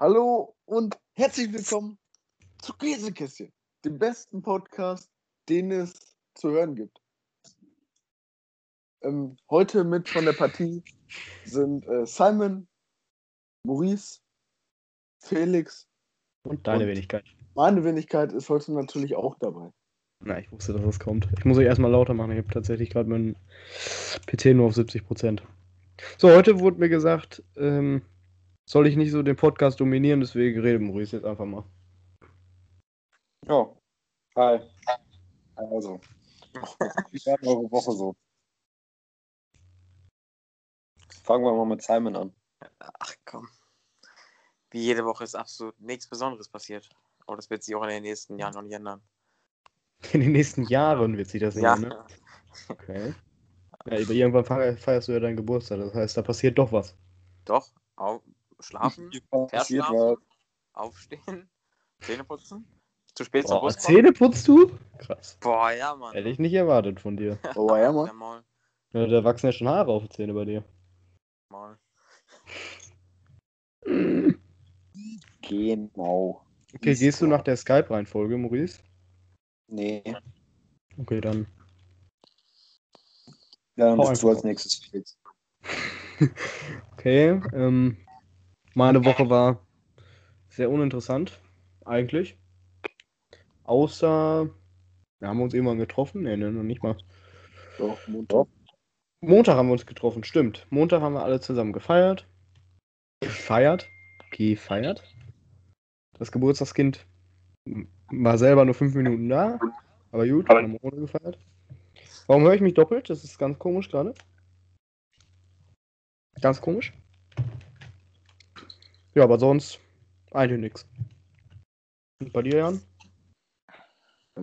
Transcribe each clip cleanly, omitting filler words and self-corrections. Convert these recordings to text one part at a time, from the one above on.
Hallo und herzlich willkommen zu Käsekästchen, dem besten Podcast, den es zu hören gibt. Heute mit von der Partie sind Simon, Maurice, Felix Und deine und Wenigkeit. meine Wenigkeit ist heute natürlich auch dabei. Na, ich wusste, dass das kommt. Ich muss euch erstmal lauter machen. Ich habe tatsächlich gerade meinen PC nur auf 70%. So, heute wurde mir gesagt, soll ich nicht so den Podcast dominieren, deswegen rede Maurice jetzt einfach mal. Ja, hi. Also, wie war eure Woche so? Fangen wir mal mit Simon an. Ach komm. Wie jede Woche ist absolut nichts Besonderes passiert. Aber das wird sich auch in den nächsten Jahren noch nicht ändern. In den nächsten Jahren wird sich das nicht Ja, ändern. Okay. Ja, aber irgendwann feierst du ja deinen Geburtstag. Das heißt, da passiert doch was. doch. Schlafen, Passiert verschlafen, aufstehen, Zähne putzen. Zu spät zum Boah, Bus kommen. Zähne putzt du? Krass. Boah, ja, Mann. Hätte ich nicht erwartet von dir. Oh ja, Mann. Ja, mal. Ja, da wachsen ja schon Haare auf den Zähnen bei dir. Mal. Genau. Okay, gehst du nach der Skype-Reihenfolge, Maurice? Nee. Okay, dann. Ja, dann Hau bist du einfach als nächstes, Felix. Okay, meine Woche war sehr uninteressant, eigentlich. Außer, wir haben uns irgendwann getroffen. Nee, noch nicht mal. Doch, Montag. Montag haben wir uns getroffen, stimmt. Montag haben wir alle zusammen gefeiert. Gefeiert? Das Geburtstagskind war selber nur 5 Minuten da. Aber gut, haben wir ohne gefeiert. Warum höre ich mich doppelt? Das ist ganz komisch gerade. Ganz komisch. Ja, aber sonst eigentlich nichts. Und bei dir, Jan? Bei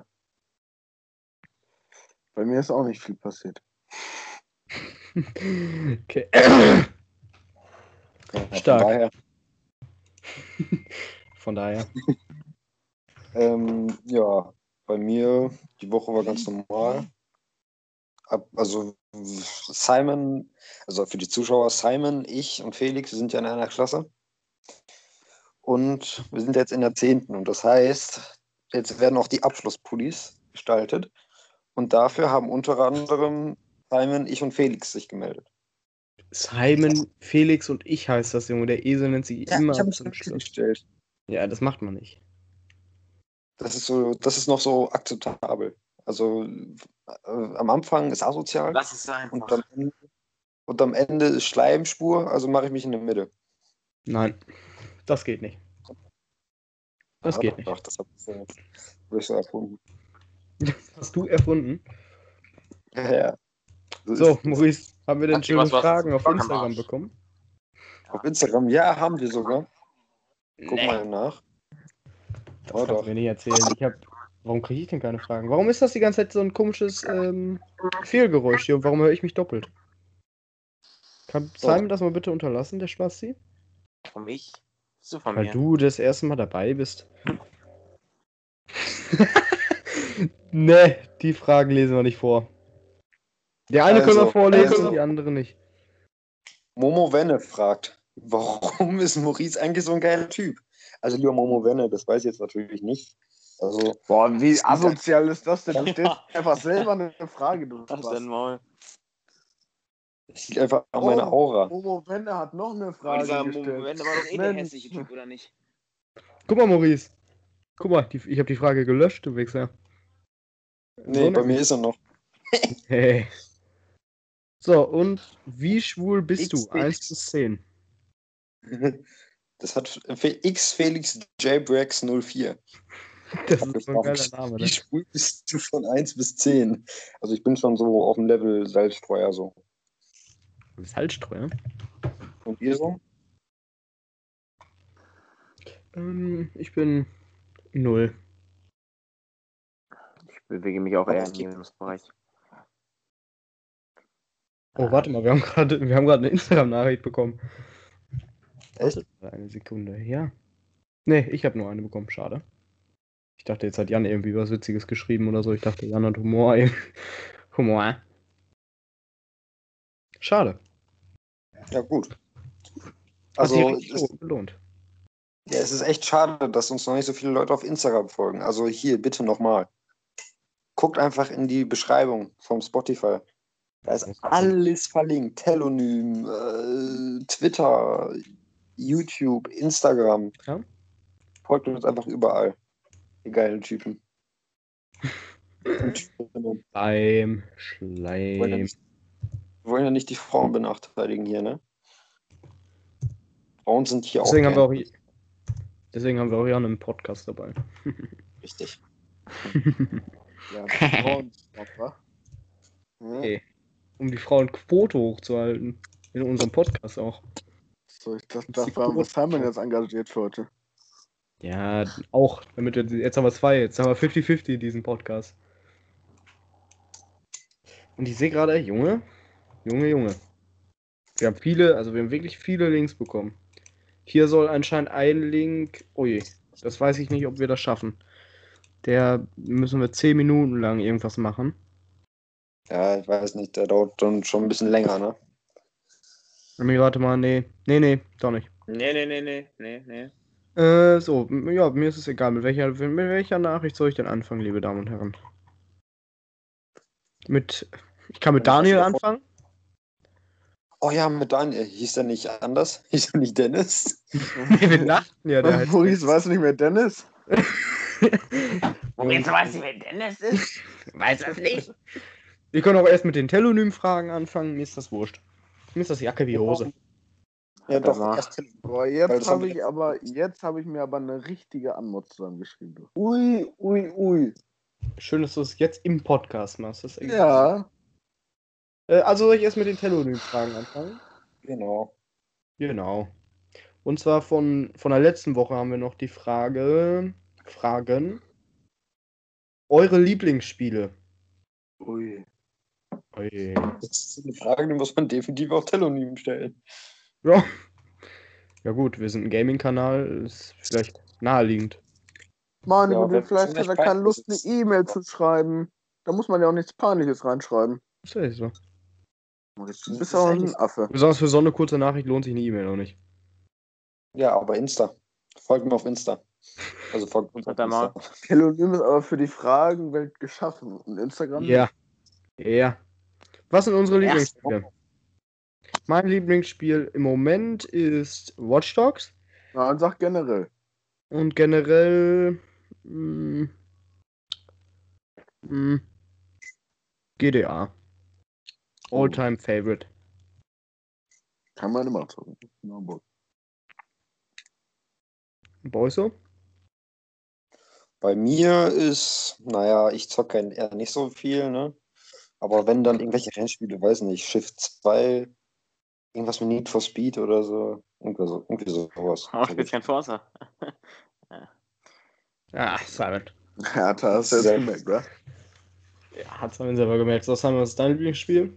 mir ist auch nicht viel passiert. Okay. Ja, Stark. Von daher. Ja, bei mir, die Woche war ganz normal. Also Simon, also für die Zuschauer, Simon, ich und Felix, wir sind ja in einer Klasse. Und wir sind jetzt in der 10. Und das heißt, jetzt werden auch die Abschlusspullis gestaltet. Und dafür haben unter anderem Simon, ich und Felix sich gemeldet. Simon, Felix und ich heißt das, Junge. Der Esel nennt sich immer ich habe mich zum nicht Schluss. gestellt. Ja, das macht man nicht. Das ist noch so akzeptabel. Also am Anfang ist asozial Lass es einfach. und am Ende ist Schleimspur, also mache ich mich in der Mitte. Nein, das geht nicht. Das geht nicht. Ach, das habe ich so erfunden. Hast du erfunden? Ja. So, Maurice, haben wir denn Hat dir schöne was Fragen auf am Instagram Arsch? bekommen? Auf Instagram, ja, haben wir sogar. Guck mal nach. Das Oh, kannst doch. du mir nicht erzählen. Warum kriege ich denn keine Fragen? Warum ist das die ganze Zeit so ein komisches Fehlgeräusch hier? Und warum höre ich mich doppelt? Kann Simon das mal bitte unterlassen, der Spasti? Von mich? Bist du von Weil mir? du das erste Mal dabei bist. Ne, die Fragen lesen wir nicht vor. Die eine können wir vorlesen, die andere nicht. Momo Wenne fragt, warum ist Maurice eigentlich so ein geiler Typ? Also lieber Momo Wenne, das weiß ich jetzt natürlich nicht. Also, Boah, wie asozial ist das denn? Du stellst einfach selber eine Frage, du Was Spaß. denn mal? das liegt einfach an meiner Aura. Momo Wende hat noch eine Aber Frage dieser gestellt. Moment war doch eh der Mensch. hässliche Typ, oder nicht? Guck mal, Maurice. Guck mal, ich habe die Frage gelöscht, du Wichser. Nee, bei mir ist er noch. Hey. So, und wie schwul bist du? 1 bis 10. Das hat X Felix J-Brax 04. Das ist so ein geiler Name, Wie ne? schwul bist du von 1 bis 10? Also ich bin schon so auf dem Level Salzstreuer so. Salzstreuer? Und ihr so? Ich bin 0. Ich bewege mich auch eher im Minusbereich. Oh, warte mal, wir haben gerade eine Instagram-Nachricht bekommen. Echt? Warte, eine Sekunde, ja. Nee, ich habe nur eine bekommen, schade. Ich dachte, jetzt hat Jan irgendwie was Witziges geschrieben oder so. Ich dachte, Jan hat Humor. Humor. Schade. Ja, gut. Hat sich Also richtig belohnt. Ja, es ist echt schade, dass uns noch nicht so viele Leute auf Instagram folgen. Also hier, bitte nochmal. Guckt einfach in die Beschreibung vom Spotify. Da ist alles verlinkt. Telonym, Twitter, YouTube, Instagram. Ja? Folgt uns einfach überall. Die geilen Typen. Und Schleim. wir wollen ja nicht die Frauen benachteiligen hier, ne? Frauen sind hier Deswegen auch haben wir auch, gern. deswegen haben wir auch Jan im Podcast dabei. Richtig. Ja, Frauen, wa? Okay. Um die Frauenquote hochzuhalten. In unserem Podcast auch. So, ich dachte, dafür haben wir Simon jetzt engagiert für heute. Ja, auch. Damit jetzt haben wir 2. Jetzt haben wir 50-50 in diesem Podcast. Und ich sehe gerade, Junge. Wir haben wirklich viele Links bekommen. Hier soll anscheinend ein Link. Ui, das weiß ich nicht, ob wir das schaffen. Der müssen wir 10 Minuten lang irgendwas machen. Ja, ich weiß nicht, der dauert dann schon ein bisschen länger, ne? Warte mal, nee, doch nicht. Nee. So, ja, mir ist es egal. Mit welcher Nachricht soll ich denn anfangen, liebe Damen und Herren? Ich kann mit Daniel anfangen. Oh ja, mit Daniel. Hieß der nicht anders? Hieß er nicht Dennis? Wir dachten ja, der heißt Maurice, weißt du nicht mehr Dennis? Jetzt weiß ich, wer Dennis ist. Weiß das nicht. Wir können auch erst mit den Telonym-Fragen anfangen. Mir ist das wurscht. Mir ist das Jacke wie Hose. Ja, doch. mal. Erst Boah, Weil jetzt das haben habe wir- ich mir aber eine richtige Anmod zusammengeschrieben. Du. Ui. Schön, dass du es jetzt im Podcast machst. Das ist echt Ja. Also soll ich erst mit den Telonym-Fragen anfangen? Genau. Genau. Und zwar von der letzten Woche haben wir noch die Fragen. Eure Lieblingsspiele. Ui. Ui. Das ist eine Frage, die muss man definitiv auf Telonym stellen. Ja. Ja gut, wir sind ein Gaming-Kanal, ist vielleicht naheliegend. Meine Ja, Güte, wenn vielleicht schon hat er echt keine Lust, peinlich eine ist. E-Mail zu schreiben. Da muss man ja auch nichts Peinliches reinschreiben. Ist ja so. Du bist auch ein Affe. Besonders für so eine kurze Nachricht lohnt sich eine E-Mail auch nicht. Ja, aber Insta. Folgt mir auf Insta. Also folgt uns auf Sag mal. Insta. Telonym ist aber für die Fragenwelt geschaffen. Und Instagram Ja. Ja. Was sind unsere Erst- Lieblingsspiele? Mein Lieblingsspiel im Moment ist Watch Dogs. nicht. Na, und sag generell. Und generell GTA. All-time favorite. Kann man immer zocken. Na, Bock. Bei euch so? Bei mir ist, naja, ich zocke eher nicht so viel, ne? Aber wenn dann irgendwelche Rennspiele, weiß nicht, Shift 2, irgendwas mit Need for Speed oder so, irgendwie sowas. Oh, spielt kein Forza. Ah, Simon. Ja, da hast du jetzt Sehr- gemerkt, wa? Ja, hat Simon selber gemerkt. Was haben wir, was ist dein Lieblingsspiel?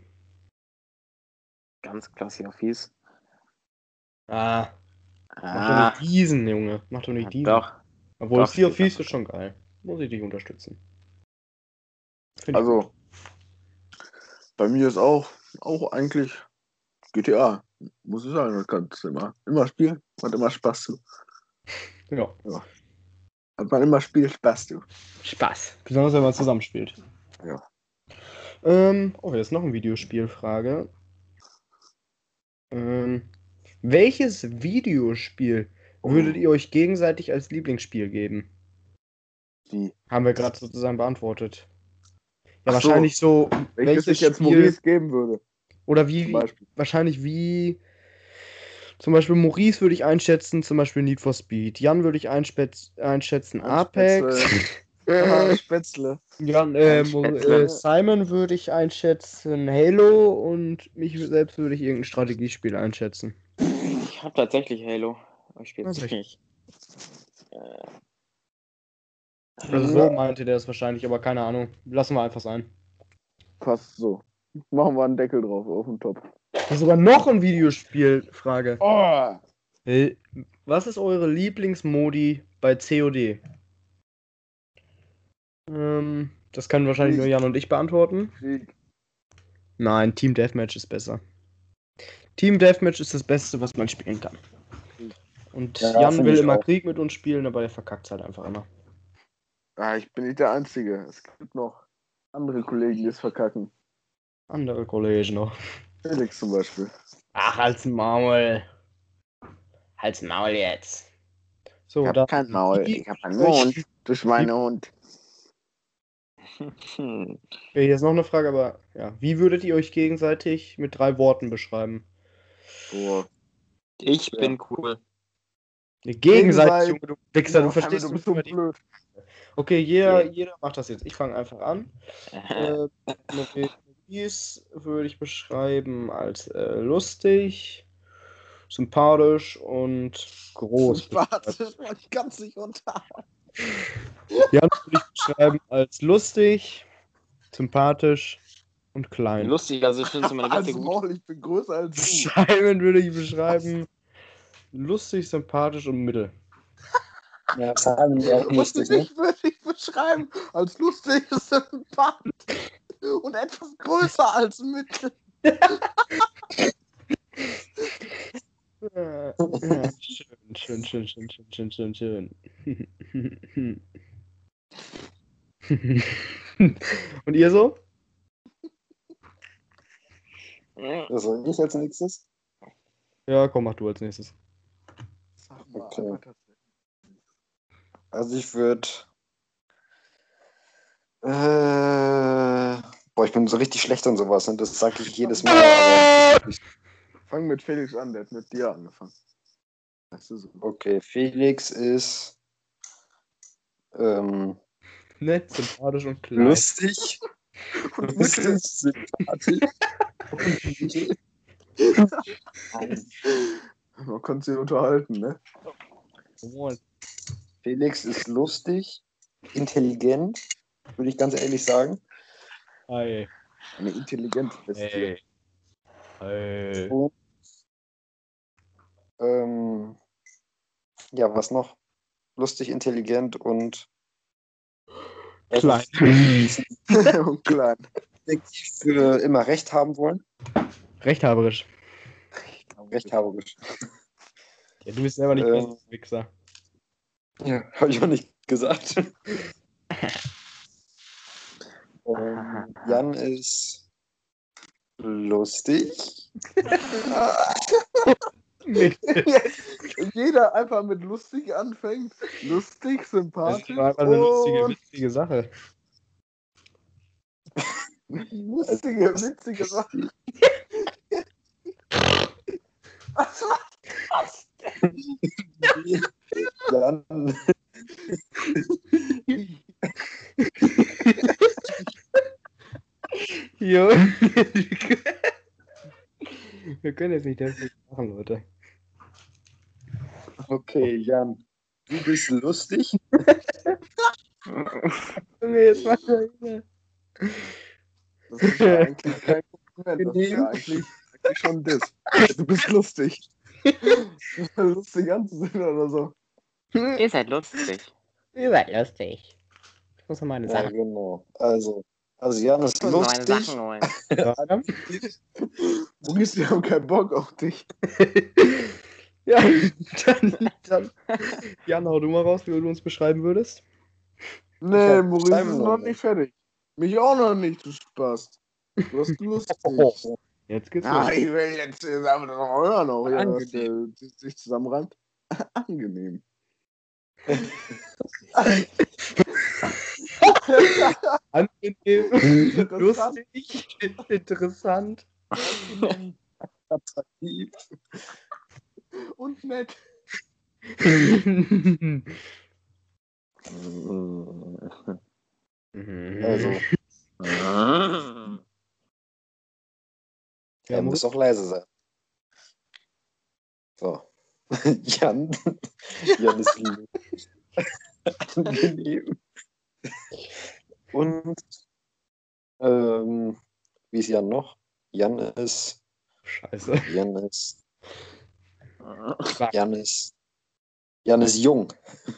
Ganz klassisch auf fies. Mach doch Ah, nicht diesen, Junge. Mach doch nicht diesen. doch. Obwohl, doch, Sea of ich Thieves sag- ist schon geil. Muss ich dich unterstützen. Find ich Also, gut. bei mir ist auch eigentlich GTA. Muss ich sagen, das kannst du immer spielen. Hat immer Spaß zu. Ja. Hat man immer Spaß zu. Spaß. Besonders wenn man zusammenspielt. Ja. Oh, hier ist noch eine Videospielfrage. Welches Videospiel würdet ihr euch gegenseitig als Lieblingsspiel geben? Die. Haben wir gerade sozusagen beantwortet. Ja, Ach so. wahrscheinlich so, Welches ich jetzt Spiel, Maurice geben würde. oder Zum wie, Beispiel. wahrscheinlich wie, zum Beispiel Maurice würde ich einschätzen, zum Beispiel Need for Speed. Jan würde ich einschätzen Apex. Spätzle. Jan, Spätzle. Simon würde ich einschätzen Halo und mich selbst würde ich irgendein Strategiespiel einschätzen. Ich hab tatsächlich Halo. Aber ich spiele Also es nicht. Also so meinte der es wahrscheinlich, aber keine Ahnung. Lassen wir einfach sein. Passt so. Machen wir einen Deckel drauf auf den Top. Das ist sogar noch ein Videospielfrage. Oh! Was ist eure Lieblingsmodi bei COD? Das können wahrscheinlich nur Jan und ich beantworten. Krieg. Nein, Team Deathmatch ist besser. Team Deathmatch ist das Beste, was man spielen kann. Und Ja, Jan finde will ich immer auch. Krieg mit uns spielen, aber er verkackt halt einfach immer. Ich bin nicht der Einzige. Es gibt noch andere Kollegen, die es verkacken. Andere Kollegen noch. Felix zum Beispiel. Ach, halt's Maul. Halt's Maul jetzt. So, Ich hab dann. kein Maul, wie- ich hab einen Mund. Du Schweinehund. Okay, hier ist noch eine Frage, aber ja. Wie würdet ihr euch gegenseitig mit 3 Worten beschreiben? Boah. Ich bin cool. Gegenseitig, Junge, du Wichser, du Boah, verstehst du nicht bist so über die. blöd. Okay, jeder macht das jetzt. Ich fange einfach an. Maurice würde ich beschreiben als lustig, sympathisch und groß. Sympathisch, war ich ganz nicht unter. Jan würde ich beschreiben als lustig, sympathisch und klein. Lustig, also ich finde meine Witze Also gut. Maul, ich bin größer als du. Simon würde ich beschreiben lustig, sympathisch und mittel. Ja, Simon ist auch Und lustig, ne? dich würde ich beschreiben als lustig, sympathisch und etwas größer als mittel. Ja, schön. Und ihr so? Was soll ich als nächstes? Ja, komm, mach du als nächstes. Sag mal, Okay. einfach das. Also ich würde. Ich bin so richtig schlecht und sowas, und das sage ich jedes Mal, aber Fang mit Felix an, der hat mit dir angefangen. Das ist so. okay, Felix ist Nett, sympathisch und klein. lustig, lustig, sympathisch und mittel. Man kann sich unterhalten, ne? Felix ist lustig, intelligent, würde ich ganz ehrlich sagen. Hi. Eine intelligente Bestie. Hey. Und ja, was noch? Lustig, intelligent und Klein. Und klein. für immer Recht haben wollen. Rechthaberisch. Rechthaberisch. Ja, du bist selber nicht besser, Wichser. Ja, habe ich auch nicht gesagt. Jan ist lustig. Jeder einfach mit lustig anfängt. Lustig, Das ist sympathisch doch einfach eine lustige, und witzige Sache. lustige, witzige Sache. Jan, Jo. Wir können jetzt nicht das machen, Leute. okay, Jan, du bist lustig. Junge, jetzt mach doch wieder. Das ist ja eigentlich kein Kompliment. Das ist ja eigentlich schon das. Du bist lustig. Lustig anzusehen oder so. Ihr seid lustig. Ihr seid lustig. Ich muss noch meine Ja, Sachen. genau. Also Jan ist Ich muss meine lustig. Sachen holen. sagen. Maurice, die haben keinen Bock auf dich. Ja, dann. Jan, hau du mal raus, wie du uns beschreiben würdest. Nee, hab Maurice Simon ist noch noch nicht. nicht fertig. Mich auch noch nicht, du Spaß. Du hast lustig. Jetzt geht's Ja, los. ich will jetzt aber noch hören, auch ja, dass Angenehm. der sich zusammenreimt. Angenehm. Angenehm, lustig, interessant. Attraktiv. Und nett. Also, Ja, er muss auch leise sein. So. Jan ist lustig. Angenehm. Und wie ist Jan noch? Jan ist Scheiße. Jan ist jung.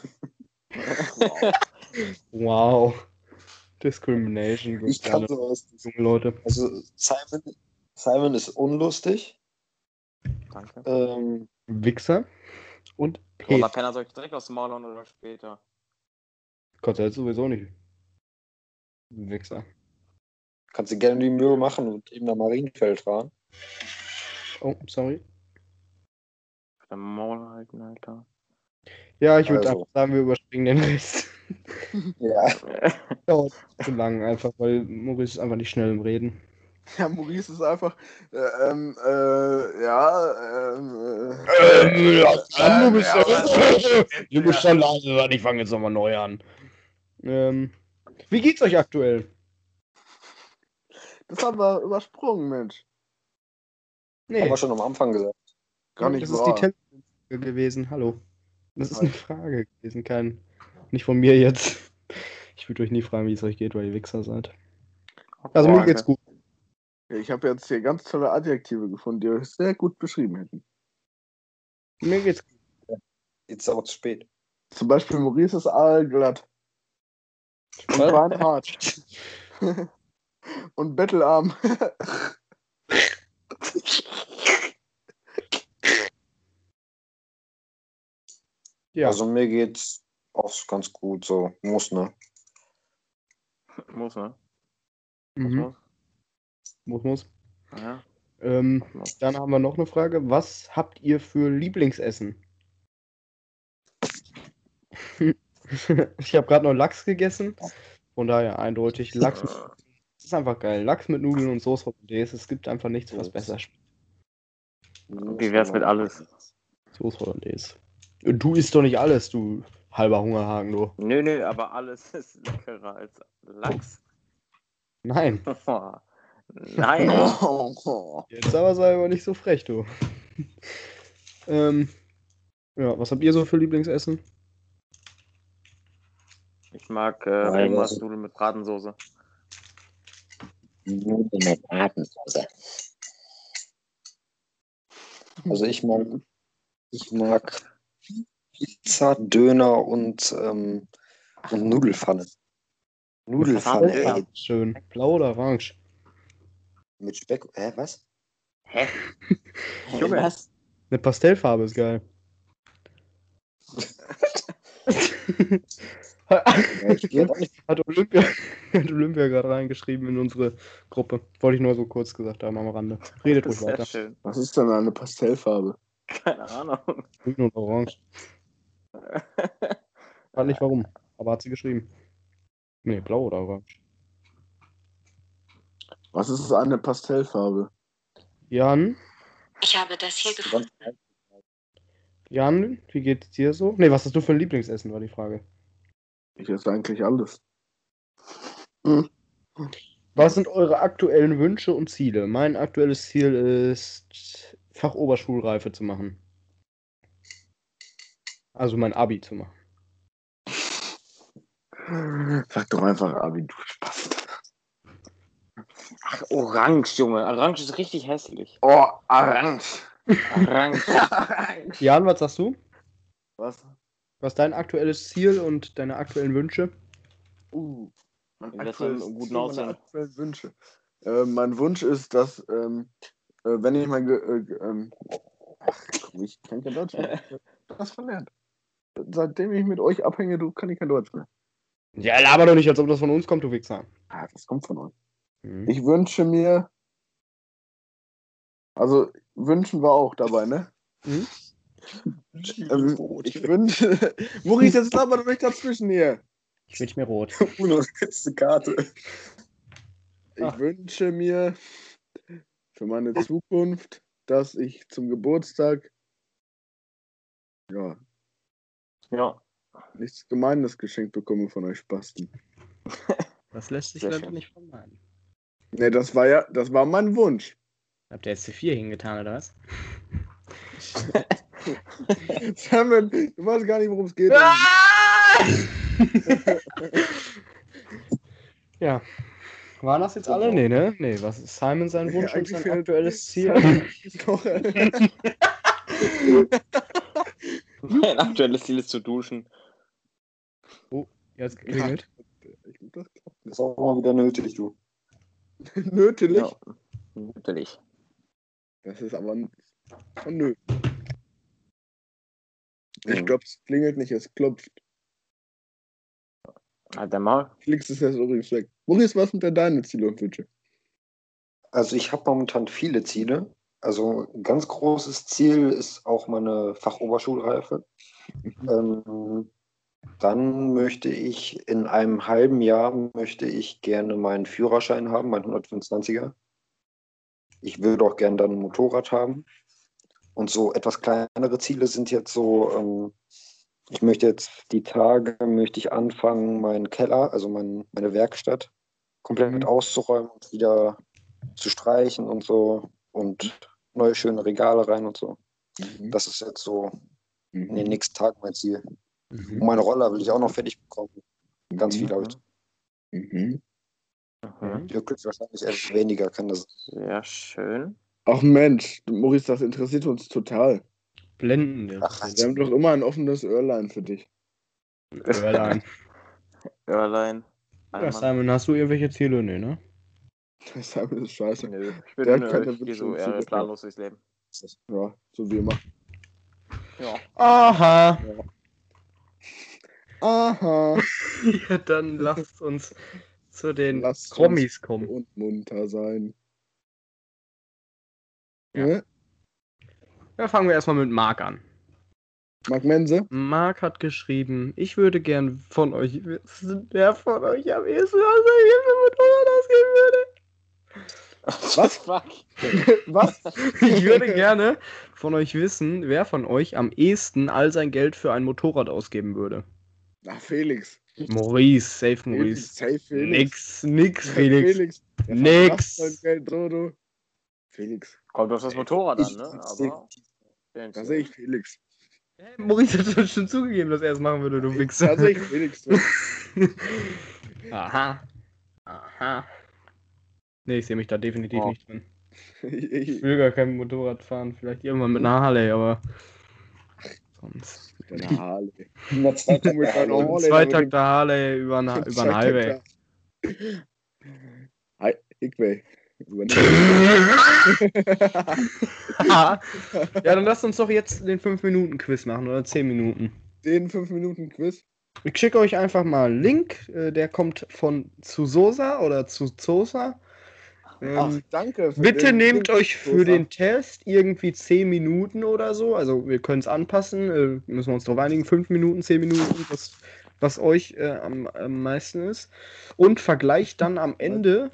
Wow. Discrimination. Ich kann sowas nicht. Junge Leute. Also Simon ist unlustig. Danke. Wichser. Und Roter Peter. Penner soll ich direkt aus dem Maul hauen oder später? Kotelett sowieso nicht. Wichser. Kannst du gerne die Mühe machen und eben nach Marienfeld fahren. Oh, sorry. Der Maul halten, Alter. Ja, ich würde Also. einfach sagen, wir überspringen den Rest. Ja. Dauert zu lang einfach, weil Maurice ist einfach nicht schnell im Reden. Ja, Maurice ist einfach. Ja, du bist schon leise, ich fange jetzt nochmal neu an. Wie geht's euch aktuell? Das haben wir übersprungen, Mensch. Nee, Haben wir schon am Anfang gesagt. Gar nicht das ist wahr. die Telefon gewesen. Hallo. Das ist eine Frage gewesen, nicht von mir jetzt. Ich würde euch nie fragen, wie es euch geht, weil ihr Wichser seid. Also mir geht's gut. Ich habe jetzt hier ganz tolle Adjektive gefunden, die euch sehr gut beschrieben hätten. Mir geht's gut. Jetzt ist aber zu spät. Zum Beispiel Maurice ist aalglatt. Und beinhart. Und bettelarm. Ja, Also mir geht's auch ganz gut, so muss, ne? Muss, ne? mhm. Muss. Ja. Dann haben wir noch eine Frage. Was habt ihr für Lieblingsessen? Ich habe gerade noch Lachs gegessen. Von daher eindeutig Lachs. Das ist einfach geil. Lachs mit Nudeln und Soße Hollandaise. Es gibt einfach nichts, was besser schmeckt. Wie wär's mit alles? Soße Hollandaise. Du isst doch nicht alles, du halber Hungerhaken, du. Nö, aber alles ist leckerer als Lachs. Nein. Nein. Jetzt aber sei aber nicht so frech, du. Ja, was habt ihr so für Lieblingsessen? Ich mag Regenwurstnudeln mit Bratensoße. Nudeln mit Bratensoße. Also ich mag Pizza, Döner und Nudelfanne. Nudelfanne, Ja. ey, Schön. Blau oder orange? mit Speck. Was? Hä? Junge. Was? Eine Pastellfarbe ist geil. Hat Olympia gerade reingeschrieben in unsere Gruppe. Wollte ich nur so kurz gesagt haben am Rande. Redet ruhig Sehr weiter. schön. Was ist denn eine Pastellfarbe? Keine Ahnung. Grün und orange. Weiß nicht warum, aber hat sie geschrieben. Nee, blau oder orange. Was ist eine Pastellfarbe? Jan, Ich habe das hier gefunden. wie geht's dir so? Nee, was hast du für ein Lieblingsessen, war die Frage. Ich esse eigentlich alles. Was sind eure aktuellen Wünsche und Ziele? Mein aktuelles Ziel ist, Fachoberschulreife zu machen. Also mein Abi zu machen. Sag doch einfach Abi, du Spast. Ach, orange, Junge. Orange ist richtig hässlich. Oh, orange. Orange. Jan, was sagst du? Was? Was ist dein aktuelles Ziel und deine aktuellen Wünsche? Mein Das aktuelles sind guten Ziel, meine Aussehen. aktuellen Wünsche. Mein Wunsch ist, dass, wenn ich mal ach komm, ich kann kein Deutsch mehr. Ich hab das verlernt. Seitdem ich mit euch abhänge, kann ich kein Deutsch mehr. Ja, laber doch nicht, als ob das von uns kommt, du Wichser. Das kommt von euch. Mhm. Ich wünsche mir, also wünschen wir auch dabei, ne? Mhm. Ich wünsche, Maurice, jetzt laber doch nicht dazwischen hier. Ich wünsche mir rot. Unos letzte Karte. Ich wünsche mir für meine Zukunft, dass ich zum Geburtstag Ja. nichts Gemeines geschenkt bekomme von euch Spasten. Das lässt sich Sehr leider schön. nicht vermeiden. Ne, das war mein Wunsch. Habt ihr jetzt C4 hingetan, oder was? Simon, du weißt gar nicht, worum es geht. Ja. Waren das jetzt alle? Nee, ne? Nee, was ist Simon sein Wunsch und Eigentlich sein fehlt- aktuelles Ziel? Doch, Mein aktuelles Ziel ist zu duschen. Jetzt geklingelt. das Das ist auch mal wieder nötig, du. nötig. Ja. Natürlich. Das ist aber nö. Ich glaube, es klingelt nicht, es klopft. Halt dein Maul. Flix ist jetzt übrigens weg. Maurice, was sind denn deine Ziele und Wünsche? Also ich habe momentan viele Ziele. Also ein ganz großes Ziel ist auch meine Fachoberschulreife. Dann möchte ich in einem halben Jahr gerne meinen Führerschein haben, meinen 125er. Ich würde auch gerne dann ein Motorrad haben. Und so etwas kleinere Ziele sind jetzt so, ich möchte jetzt die Tage anfangen, meinen Keller, also meine Werkstatt, komplett auszuräumen und wieder zu streichen und so und neue schöne Regale rein und so. Das ist jetzt so in den nächsten Tagen mein Ziel. Und meine Roller will ich auch noch fertig bekommen. Ganz viel habe ich. Ihr kriegt wahrscheinlich etwas weniger, kann das. Sehr schön. Ach Mensch, Maurice, das interessiert uns total. Blenden. Wir haben doch immer ein offenes Öhrlein für dich. Öhrlein. Öhrlein. Ja, Simon, hast du irgendwelche Ziele? Nee, ne? Simon ist scheiße. Nö, ich bin Der hat keine ich gehe Wünsche so und eher Ziele. planlos durchs Leben. Ja, so wie immer. Ja. Aha. Aha. Ja, dann lasst uns zu den Lasst Promis kommen. Und munter sein. Ja. Ja. Ja, fangen wir erstmal mit Marc an. Marc Mense? Marc hat geschrieben, ich würde gern von euch wissen, wer von euch am ehesten Motorrad ausgeben würde. Was? Fuck. Was? Ich würde gerne von euch wissen, wer von euch am ehesten all sein Geld für ein Motorrad ausgeben würde. Na, Felix. Maurice, safe Maurice. Safe Felix. Nix, Felix. Der Nix. verbracht sein Geld so, du. Felix. Kommt auf das Motorrad an, ne? Aber. Da sehe ich Felix. Maurice hat schon zugegeben, dass er es machen würde, du Wichser. Da sehe ich Felix drin. Aha. Nee, ich sehe mich da definitiv nicht drin. Ich will gar kein Motorrad fahren, vielleicht irgendwann mit einer Harley, aber sonst. Mit einer Harley. Mit einer Harley. Zweitakter Harley über einen Highway. Hi, Highway. Ja, dann lasst uns doch jetzt den 5-Minuten-Quiz machen oder 10 Minuten. Den 5-Minuten-Quiz? Ich schicke euch einfach mal einen Link, der kommt von Zusosa oder Zuzosa. Ach, danke. Bitte nehmt euch für den Test irgendwie 10 Minuten oder so. Also wir können es anpassen, müssen wir uns darauf einigen, 5 Minuten, 10 Minuten, was euch am meisten ist. Und vergleicht dann am Ende,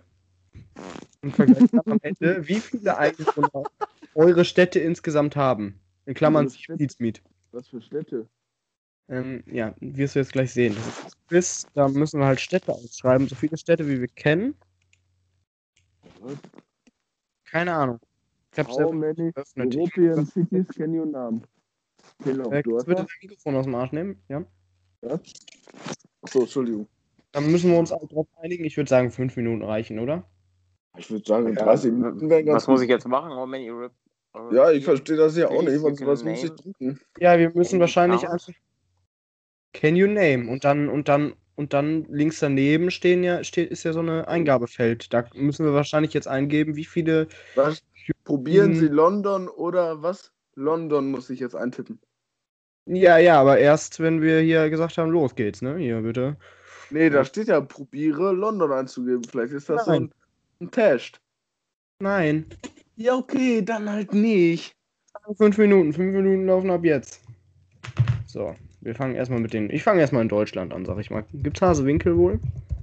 wie viele Einwohner eure Städte insgesamt haben. In Klammern Justizmiet. Was für Städte? Ja, wirst du jetzt gleich sehen. Das ist das Quiz, da müssen wir halt Städte ausschreiben, so viele Städte wie wir kennen. Keine Ahnung. Ich hab's How many European cities can you name? Kannst du bitte das Mikrofon aus dem Arsch nehmen? Ja. Achso, Entschuldigung. Dann müssen wir uns auch drauf einigen. Ich würde sagen, 5 Minuten reichen, oder? Ich würde sagen, 30 Minuten wären ganz Was muss ich jetzt machen? How many Ja, ich verstehe das ja auch nicht. Was muss ich drücken? Ja, wir müssen wahrscheinlich einfach Can you name? Und dann links daneben ist ja so eine Eingabefeld. Da müssen wir wahrscheinlich jetzt eingeben, wie viele. Was? Probieren Sie London oder was? London muss ich jetzt eintippen. Ja, aber erst, wenn wir hier gesagt haben, los geht's, ne? Hier, bitte. Nee, da steht ja, probiere London einzugeben. Vielleicht ist das so ein Test. Nein. Ja, okay, dann halt nicht. 5 Minuten. 5 Minuten laufen ab jetzt. So, wir fangen erstmal mit den. Ich fange erstmal in Deutschland an, sag ich mal. Gibt's Hasewinkel wohl?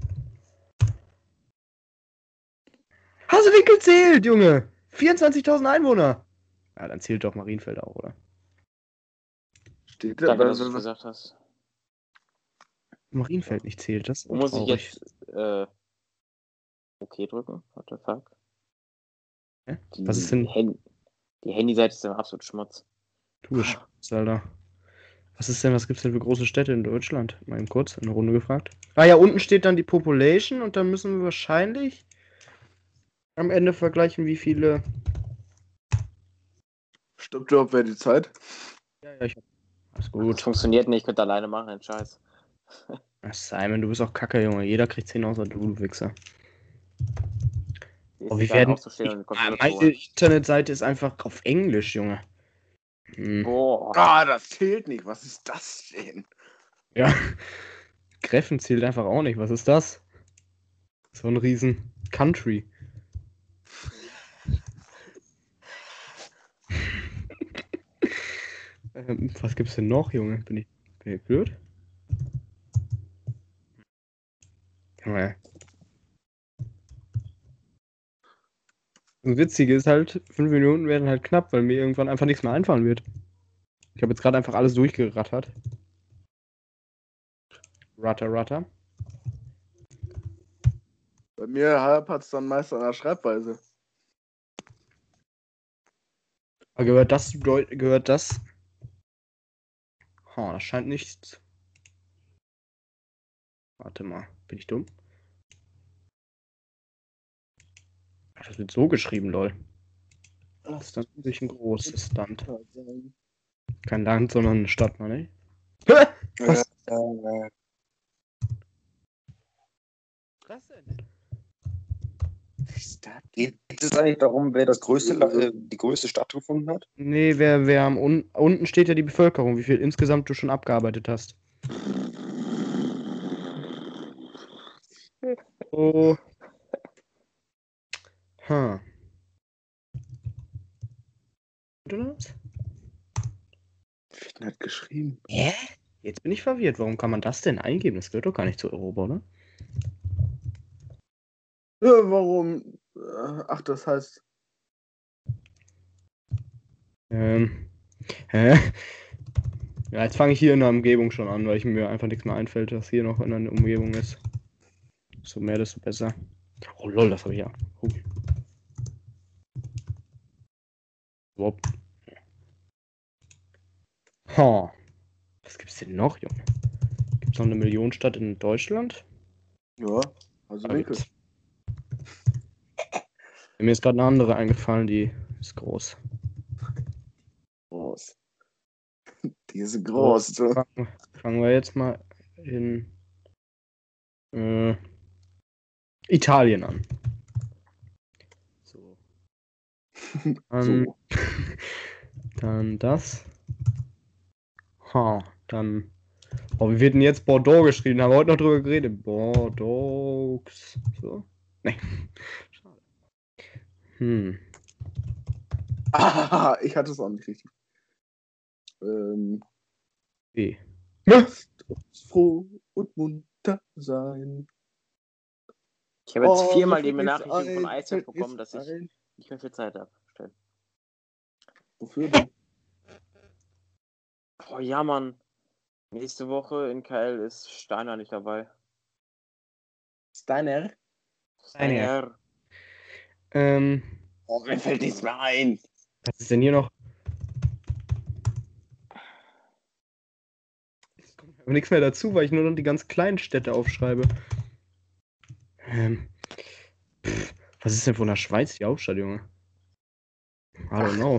Hasewinkel zählt, Junge! 24.000 Einwohner! Ja, dann zählt doch Marienfeld auch, oder? Steht da, Danke, dass du gesagt hast. Marienfeld nicht zählt, das ist Wo muss ich traurig. jetzt okay drücken? What the fuck? Hä? Was ist denn? Die Handyseite ist ja absolut Schmutz. Du bist Schmutz, Alter. Was gibt's denn für große Städte in Deutschland? Mal eben kurz in eine Runde gefragt. Ah ja, unten steht dann die Population und dann müssen wir wahrscheinlich am Ende vergleichen, wie viele. Stopp, Job, wäre die Zeit. Ja, ich hab. Alles Das gut. funktioniert nicht, ich könnte alleine machen, den Scheiß. Ach, Simon, du bist auch kacke, Junge. Jeder kriegt 10 außer du Wichser. Die ist Oh, wir egal, werden. aufzustehen und den Computer zu Meine holen. Internetseite ist einfach auf Englisch, Junge. Boah. Ah, das zählt nicht. Was ist das denn? Ja. Greffen zählt einfach auch nicht. Was ist das? So ein riesen Country. Was gibt's denn noch, Junge? Bin ich blöd? Junge. Das Witzige ist halt, 5 Minuten werden halt knapp, weil mir irgendwann einfach nichts mehr einfallen wird. Ich habe jetzt gerade einfach alles durchgerattert. Ratter. Bei mir hapert es dann meist an der Schreibweise. Aber gehört das? Das scheint nichts. Warte mal, bin ich dumm? Ach, das wird so geschrieben, lol. Das ist dann natürlich ein großes Land. Kein Land, sondern eine Stadt, ne? Was? Was denn? Geht es eigentlich darum, wer die größte Stadt gefunden hat? Nee, wer unten steht ja die Bevölkerung, wie viel insgesamt du schon abgearbeitet hast. Oh. Oder das? Wird nicht geschrieben. Hä? Jetzt bin ich verwirrt. Warum kann man das denn eingeben? Das gehört doch gar nicht zu Europa, oder? Warum? Ach, das heißt. Hä? Ja, jetzt fange ich hier in der Umgebung schon an, weil mir einfach nichts mehr einfällt, was hier noch in der Umgebung ist. So mehr, desto besser. Oh lol, das habe ich ja. Wop. Was gibt's denn noch, Junge? Gibt's noch eine Millionenstadt in Deutschland? Ja, also Winkel. Mir ist gerade eine andere eingefallen, die ist groß. Groß. Die ist groß. So, fangen wir jetzt mal in Italien an. So. So. Dann das. Dann. Oh, wie wird denn jetzt Bordeaux geschrieben? Haben wir heute noch drüber geredet. Bordeaux. So? Nee. Schade. Ah, ich hatte es auch nicht richtig. Wie? Froh und munter sein. Ich habe jetzt 4-mal mir die Benachrichtigung von ISF bekommen, dass ich nicht mehr viel Zeit habe. Wofür denn? Oh ja, Mann. Nächste Woche in KL ist Steiner nicht dabei. Steiner? Steiner. Oh, mir fällt nichts mehr ein. Was ist denn hier noch? Es kommt aber nichts mehr dazu, weil ich nur noch die ganz kleinen Städte aufschreibe. Was ist denn von der Schweiz die Hauptstadt, Junge? I don't know.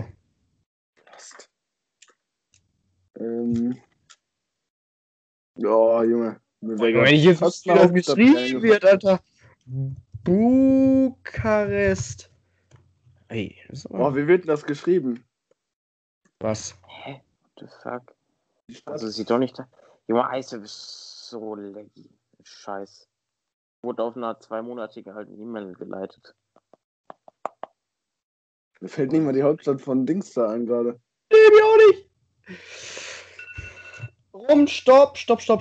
Ja, Junge. Wenn ich jetzt fast wie das geschrieben wird, Alter. Bukarest. Ey, das ist aber... Oh, wie wird denn das geschrieben? Was? Hä? What the fuck? Also sieht doch nicht da. Junge, ISF ist so laggy. Scheiß. Wurde auf einer 2-monatigen halt E-Mail geleitet. Mir fällt nicht mal die Hauptstadt von Dings da ein gerade. Nee, mir auch nicht. Stopp.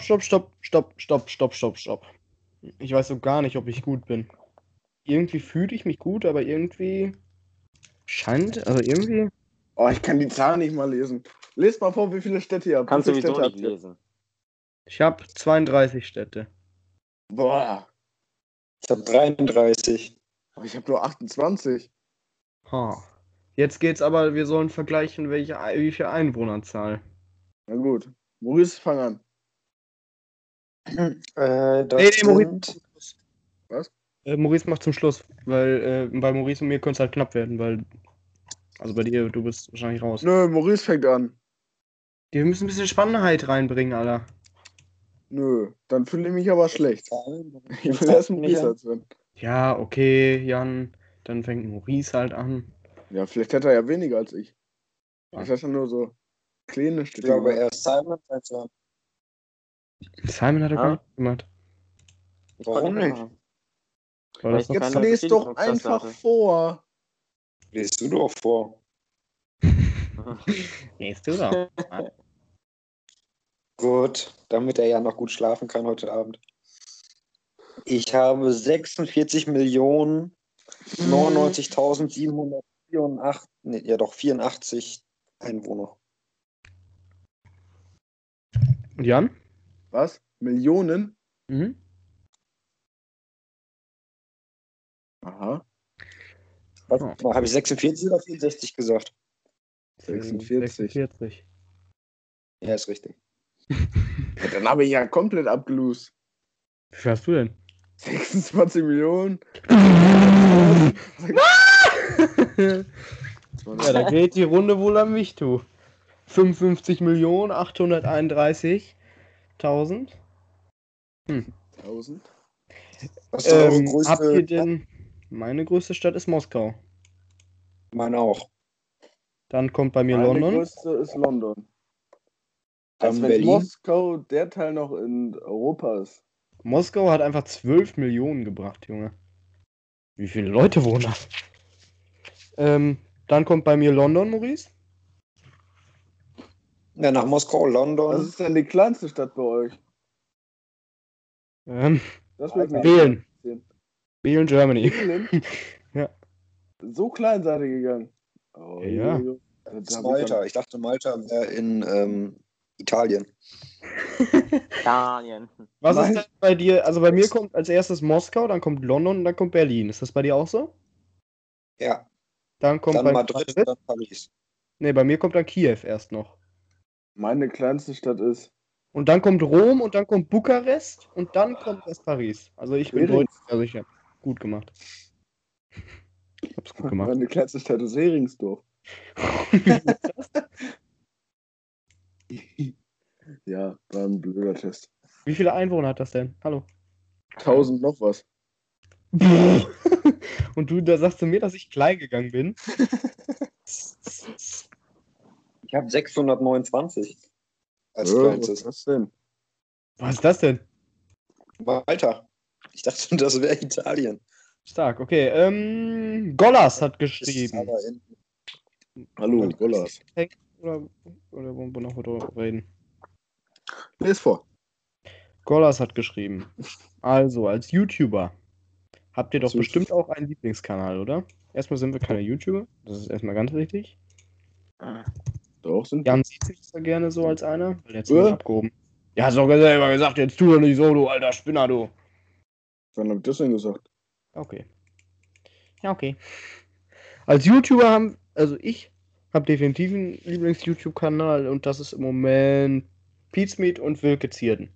Ich weiß so gar nicht, ob ich gut bin. Irgendwie fühle ich mich gut, aber irgendwie also irgendwie... Oh, ich kann die Zahlen nicht mal lesen. Lest mal vor, wie viele Städte ihr habt. Kannst du sowieso Städte nicht lesen. Ich habe 32 Städte. Boah. Ich habe 33. Oh, ich habe nur 28. Jetzt geht's aber, wir sollen vergleichen, wie viel Einwohnerzahl. Na gut. Maurice, fang an. Maurice. Was? Maurice macht zum Schluss, weil bei Maurice und mir könnte es halt knapp werden, weil. Also bei dir, du bist wahrscheinlich raus. Nö, Maurice fängt an. Wir müssen ein bisschen Spannendheit reinbringen, Alter. Nö, dann fühle ich mich aber schlecht. Ich will erst Maurice erzählen. Ja, okay, Jan. Dann fängt Maurice halt an. Ja, vielleicht hätte er ja weniger als ich. Ich hatte nur so kleine Ich Städte. glaube, gemacht. erst Simon also, Simon hat doch gar nicht gemacht. Ich Warum konnte nicht? machen. Weil Weil das ich noch Jetzt keine lest doch Bestätigungstaste einfach hatte. vor. Liest du doch vor. Nächste oder? Gut, damit er ja noch gut schlafen kann heute Abend. Ich habe 46.099.784, nee, ja doch 84 Einwohner. Und Jan? Was? Millionen? Mhm. Aha. Was? Oh. Habe ich 46 oder 64 gesagt? 46. 46. Ja, ist richtig. Ja, dann habe ich ja komplett abgelost. Wie viel hast du denn? 26 Millionen. Ja, da geht die Runde wohl an mich, du. 55.831.000. 1000. Was ist eure größte? Habt ihr denn... Meine größte Stadt ist Moskau. Meine auch. Dann kommt bei mir Meine London. größte ist London. Dann Als wenn Berlin. Moskau der Teil noch in Europa ist. Moskau hat einfach 12 Millionen gebracht, Junge. Wie viele Leute wohnen da? Dann kommt bei mir London, Maurice. Ja, nach Moskau, Was London. ist denn die kleinste Stadt bei euch? Das wird mich Wählen. interessieren. Wählen Germany. Wählen? Ja. So klein seid ihr gegangen. Oh, Ja. je. Das Da ist hab ich gar Malta. Ich dachte, Malta wäre in Italien. Italien. Was Nein. ist denn bei dir? Also bei mir kommt als erstes Moskau, dann kommt London und dann kommt Berlin. Ist das bei dir auch so? Ja, Dann kommt dann bei Madrid und dann Paris. Nee, bei mir kommt dann Kiew erst noch. Meine kleinste Stadt ist Und dann kommt Rom und dann kommt Bukarest und dann kommt erst Paris. Also ich bin Hering. deutsch, also ich habe gut gemacht. Hab's gut gemacht. Meine kleinste Stadt ist Heringsdorf. Ja, war ein blöder Test. Wie viele Einwohner hat das denn? Hallo. 1000 noch was. Und du, da sagst du mir, dass ich klein gegangen bin. Ich habe 629 als Was kleinstes. ist das denn? Was ist das denn? Malta. Ich dachte, das wäre Italien. Stark, okay. Gollas hat Das ist geschrieben. aber in Hallo, Gollas. Oder wollen wir noch drüber reden? Lies vor. Gollas hat geschrieben. Also, als YouTuber habt ihr doch So. bestimmt auch einen Lieblingskanal, oder? Erstmal sind wir keine YouTuber. Das ist erstmal ganz wichtig. Doch, sind Jan sieht sich da gerne so als einer, weil der hat ziemlich abgehoben. Ja, hast doch selber gesagt, jetzt tu doch nicht so, du alter Spinner, du. Wann hab ich das denn gesagt? Okay. Ja, okay. Als YouTuber ich habe definitiv einen Lieblings-YouTube-Kanal und das ist im Moment Pizmeet und Wilke Zierden.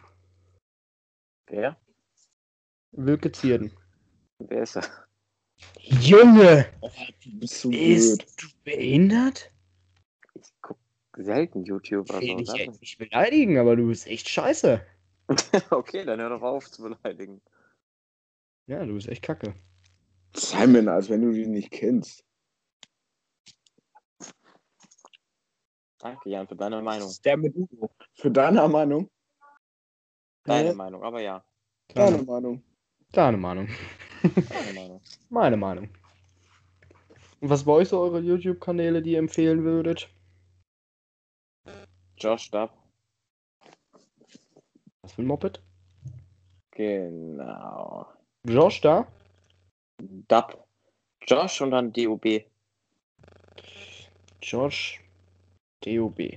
Wer? Wilke Zierden. Wer ist er? Junge! Du bist so blöd. Bist du behindert? Ich guck selten YouTube. Ich will Also, dich das echt nicht beleidigen, aber du bist echt scheiße. okay, dann hör doch auf zu beleidigen. Ja, du bist echt kacke. Simon, als wenn du ihn nicht kennst. Danke, Jan, für deine Meinung. der mit Udo. Für deine Meinung? Deine Meinung, aber ja. Deine Meinung. Deine Meinung. Deine Meinung. Meine Meinung. Und was bei euch so eure YouTube-Kanäle, die ihr empfehlen würdet? Josh Dub. Was für ein Moped? Genau. Josh da? Dub. Josh und dann DOB. Josh DOB.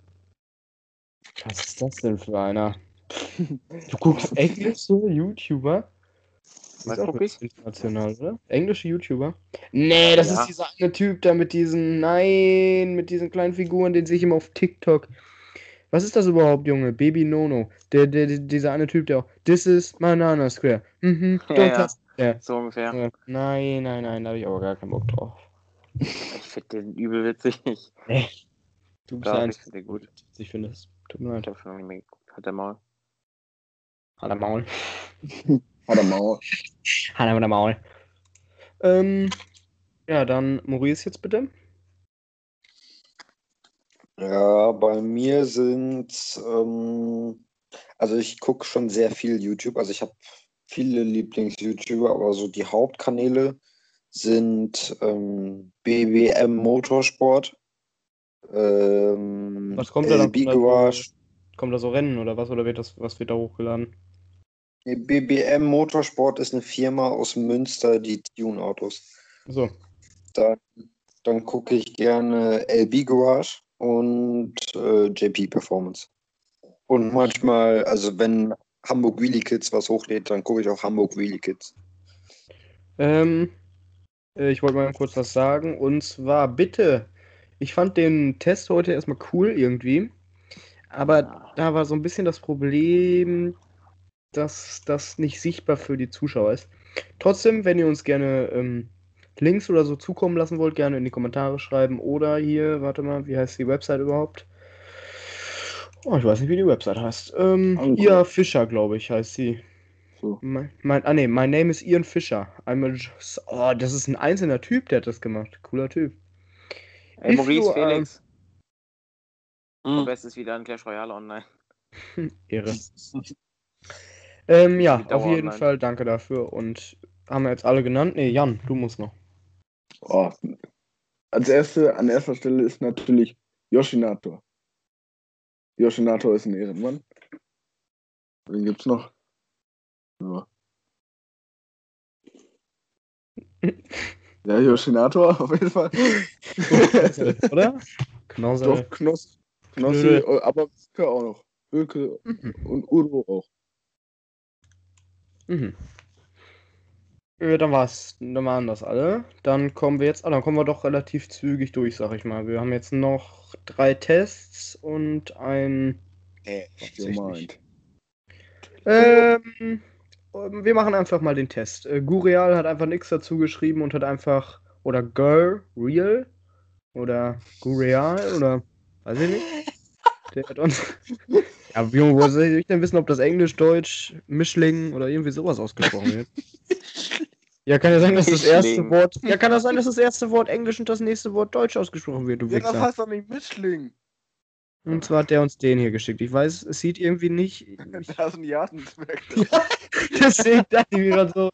Was ist das denn für einer? Du guckst englische YouTuber? Was Ist auch guck ich? international, oder? Englische YouTuber? Nee, das Ja. ist dieser eine Typ da mit diesen, mit diesen kleinen Figuren, den sehe ich immer auf TikTok. Was ist das überhaupt, Junge? Baby Nono. Dieser eine Typ, der auch, This is Banana Square. Don't Ja. touch that. So ungefähr. Nein, da habe ich aber gar keinen Bock drauf. Ich finde den übel witzig. Nee. Du bist Doch, der ich Einzige, finde den gut. ich finde es. Tut mir Ich leid. habe schon nicht mehr geguckt. Hat der Maul. Hat er Maul. Hat er Maul. Hat er Maul. Ja, dann Maurice jetzt bitte. Ja, bei mir sind, also ich gucke schon sehr viel YouTube. Also ich habe viele Lieblings-YouTuber, aber so die Hauptkanäle sind BBM Motorsport, Was kommt da dann? LB Garage. Kommt da so Rennen oder was? Oder was wird da hochgeladen? Nee, BBM Motorsport ist eine Firma aus Münster, die Tune-Autos. So. Dann gucke ich gerne LB Garage und JP Performance. Und manchmal, also wenn Hamburg Wheelie Kids was hochlädt, dann gucke ich auch Hamburg Wheelie Kids. Ich wollte mal kurz was sagen. Und zwar, bitte, ich fand den Test heute erstmal cool irgendwie. Aber da war so ein bisschen das Problem, dass das nicht sichtbar für die Zuschauer ist. Trotzdem, wenn ihr uns gerne Links oder so zukommen lassen wollt, gerne in die Kommentare schreiben. Oder hier, warte mal, wie heißt die Website überhaupt? Oh, ich weiß nicht, wie die Website heißt. Ian Fischer, glaube ich, heißt sie. So. My name is Ian Fischer. Oh, das ist ein einzelner Typ, der hat das gemacht. Cooler Typ. Ey, If Maurice you, Felix. Mhm. Best ist wieder ein Clash Royale online. Ehre. Die Ja, Dauer auf jeden online. Fall danke dafür. Und haben wir jetzt alle genannt? Ne, Jan, du musst noch. Oh. An erster Stelle ist natürlich Yoshinato. Yoshinato ist ein Ehrenmann. Wen gibt's noch? Ja. Ja, Yoshinato auf jeden Fall. Oder? Knosel. Doch, Knossi, aber Wilke auch noch. Wilke und Udo auch. Mhm. Dann waren das alle. Dann kommen wir doch relativ zügig durch, sag ich mal. Wir haben jetzt noch 3 Tests und ein. What you mind? Wir machen einfach mal den Test. Gureal hat einfach nichts dazu geschrieben und hat einfach. Oder Real oder Gureal oder. Weiß ich nicht. Der hat uns. Ja, Junge, woher soll ich denn wissen, ob das Englisch, Deutsch, Mischling oder irgendwie sowas ausgesprochen wird? Ja, kann ja sein, dass das erste Mischling. Wort. Ja, kann das sein, dass das erste Wort Englisch und das nächste Wort Deutsch ausgesprochen wird, du Ja, das Wichser. heißt doch nicht Mischling. Und zwar hat der uns den hier geschickt. Ich weiß, es sieht irgendwie nicht. Das ist ein Jasenzwerg. Deswegen dachte ich mir gerade so.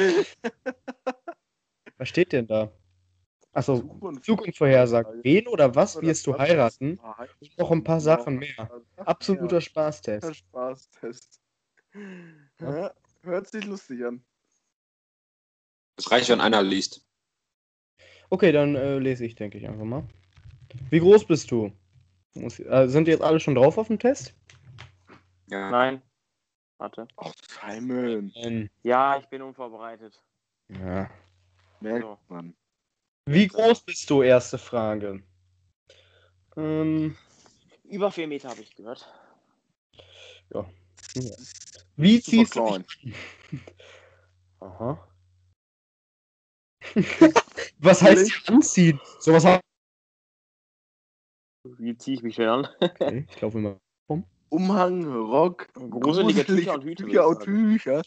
Was steht denn da? Achso, Zukunftsvorhersagen. Wen oder was wirst du heiraten? Noch ein paar Sachen mehr. Absoluter Spaßtest. Spaßtest. Ja, hört sich lustig an. Es reicht, wenn einer liest. Okay, dann lese ich, denke ich, einfach mal. Wie groß bist du? Sind jetzt alle schon drauf auf dem Test? Ja. Nein. Warte. Ach, Simon. Ja, ich bin unvorbereitet. Ja. Merkt man. Wie groß bist du? Erste Frage. Über 4 Meter habe ich gehört. Ja. Wie Super ziehst du klein. dich? Aha. Was heißt hier anziehen? Sowas hat. Wie ziehe ich mich denn an? Okay, ich glaube immer. Umhang, Rock, Gruselige Tücher und Hüte, würde ich Tücher und sagen. Tücher.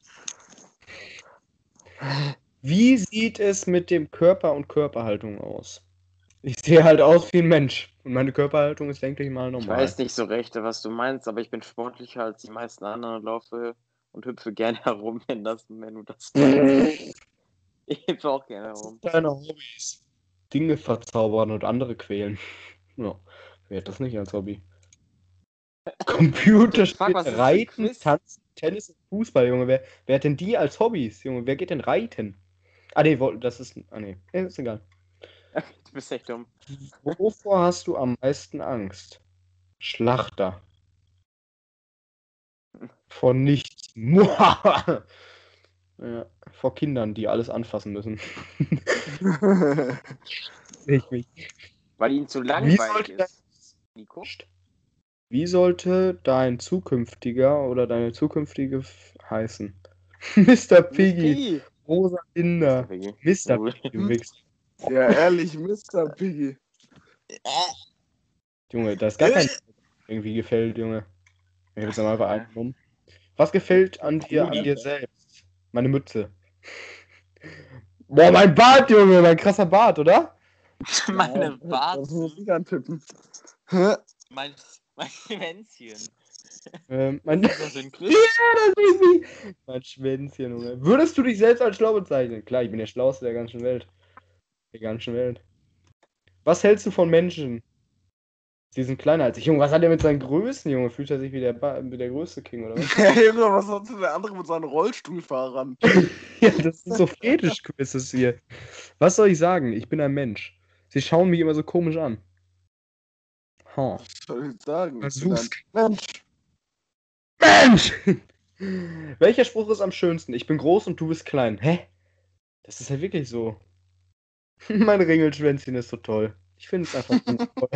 Wie sieht es mit dem Körper und Körperhaltung aus? Ich sehe halt aus wie ein Mensch. Und meine Körperhaltung ist, denke ich mal, Ich normal. weiß nicht so recht, was du meinst, aber ich bin sportlicher als die meisten anderen und laufe und hüpfe gerne herum, wenn du das meinst. Ich hüpfe auch gerne herum. Deine Hobbys. Dinge verzaubern und andere quälen. Ja, wer hat das nicht als Hobby? Computerspiel, Was ist das für ein Reiten, Quiz? Tanzen, Tennis und Fußball, Junge. Wer hat denn die als Hobbys, Junge? Wer geht denn reiten? Ah, nee, das ist. Ah, nee. Ist egal. Du bist echt dumm. Wovor hast du am meisten Angst? Schlachter. Vor nichts. Ja, vor Kindern, die alles anfassen müssen. Weil ihnen zu Wie langweilig sollte ist. Nico? Wie sollte dein zukünftiger oder deine zukünftige heißen? Mr. Piggy, Rosa Linder, Mr. Piggy, du Wichser. Ja, ehrlich, Mr. Piggy. Junge, da ist gar kein irgendwie gefällt, Junge. Ich hab jetzt mal einfach eingenommen. Was gefällt an dir selbst? Meine Mütze. Boah, mein Bart, Junge, mein krasser Bart, oder? Meine Das Bart. muss ich antippen. Mein Schwänzchen. Mein Ist das ein Quiz? Mein Schwänzchen, Junge. Würdest du dich selbst als schlau bezeichnen? Klar, ich bin der Schlauste der ganzen Welt. Der ganzen Welt. Was hältst du von Menschen? Sie sind kleiner als ich. Junge, was hat er mit seinen Größen, Junge? Fühlt er sich wie wie der größte King, oder was? Junge, was hat denn der andere mit seinen Rollstuhlfahrern? Ja, das sind so Fetisch-Quizzes hier. Was soll ich sagen? Ich bin ein Mensch. Sie schauen mich immer so komisch an. Was soll ich sagen? Was Ich bin suchst ein Mensch. Mensch! Welcher Spruch ist am schönsten? Ich bin groß und du bist klein. Hä? Das ist ja wirklich so. Mein Ringelschwänzchen ist so toll. Ich finde es einfach toll.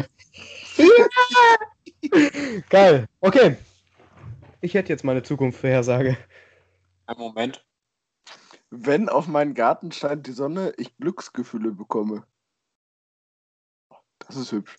Geil. Okay. Ich hätte jetzt meine Zukunftsvorhersage. Ein Moment. Wenn auf meinen Garten scheint die Sonne, ich Glücksgefühle bekomme. Das ist hübsch.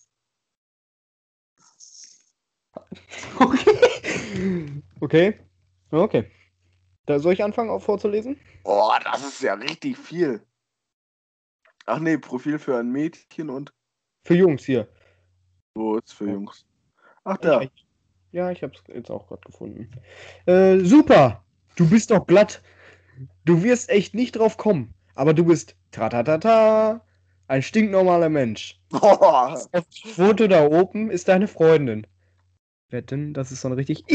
Okay. Okay. Da soll ich anfangen, auch vorzulesen? Oh, das ist ja richtig viel. Ach nee, Profil für ein Mädchen und Für Jungs hier. wo ist für Jungs? Ach Ja, da. ja, ich hab's jetzt auch gerade gefunden. Super! Du bist doch glatt. Du wirst echt nicht drauf kommen. Aber du bist ta ein stinknormaler Mensch. Boah. Auf dem Foto da oben ist deine Freundin. Wetten, das ist so ein richtig.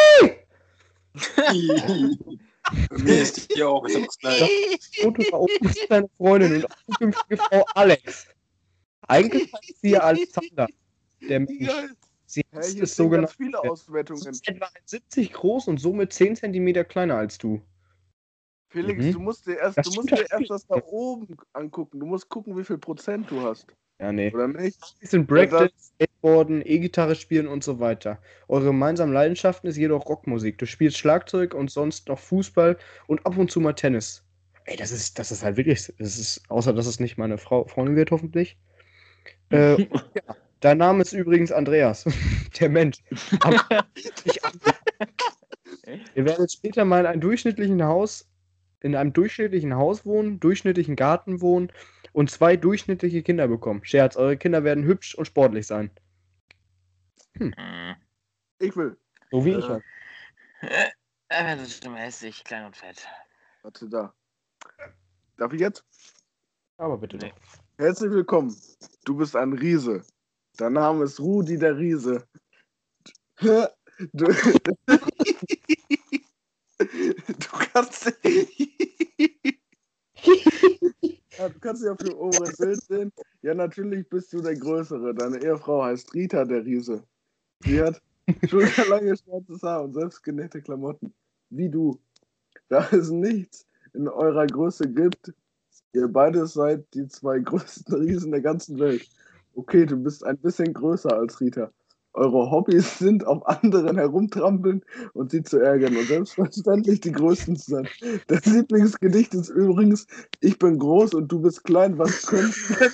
Mir ist hier auch, ich hab's gleich. Das Foto da oben ist deine Freundin und auch zukünftige Frau Alex. Eigentlich heißt sie ja Alexander. Der Wie Mensch. geil. Sie Hä, ist hier es stehen sogenannte. ganz viele Sie Auswertungen. ist etwa 1,70 groß und somit 10 cm kleiner als du. Felix, Mhm. du musst dir Das erst stimmt halt das da oben angucken. Du musst gucken, wie viel Prozent du hast. Ja, nee. Oder nicht? Sie sind Breakdance, Skateboarden, E-Gitarre spielen und so weiter. Eure gemeinsamen Leidenschaften ist jedoch Rockmusik. Du spielst Schlagzeug und sonst noch Fußball und ab und zu mal Tennis. Ey, das ist halt wirklich, außer dass es nicht meine Freundin wird, hoffentlich. Ja, dein Name ist übrigens Andreas, der Mensch. Aber nicht Andreas. Ihr werdet später mal in einem durchschnittlichen Haus wohnen, durchschnittlichen Garten wohnen und 2 durchschnittliche Kinder bekommen. Scherz, eure Kinder werden hübsch und sportlich sein. Ich will. So wie ich halt. Das ist hässlich, klein und fett. Warte da. Darf ich jetzt? Aber bitte Nee. doch. Herzlich willkommen. Du bist ein Riese. Dein Name ist Rudi der Riese. Du, du kannst. Ja, du kannst dich auf dem oberen Bild sehen. Ja, natürlich bist du der Größere. Deine Ehefrau heißt Rita der Riese. Sie hat schulterlange schwarzes Haar und selbstgenähte Klamotten. Wie du. Da es nichts in eurer Größe gibt, ihr beide seid die 2 größten Riesen der ganzen Welt. Okay, du bist ein bisschen größer als Rita. Eure Hobbys sind auf anderen herumtrampeln und sie zu ärgern und selbstverständlich die Größten zu sein. Das Lieblingsgedicht ist übrigens: Ich bin groß und du bist klein, was könnt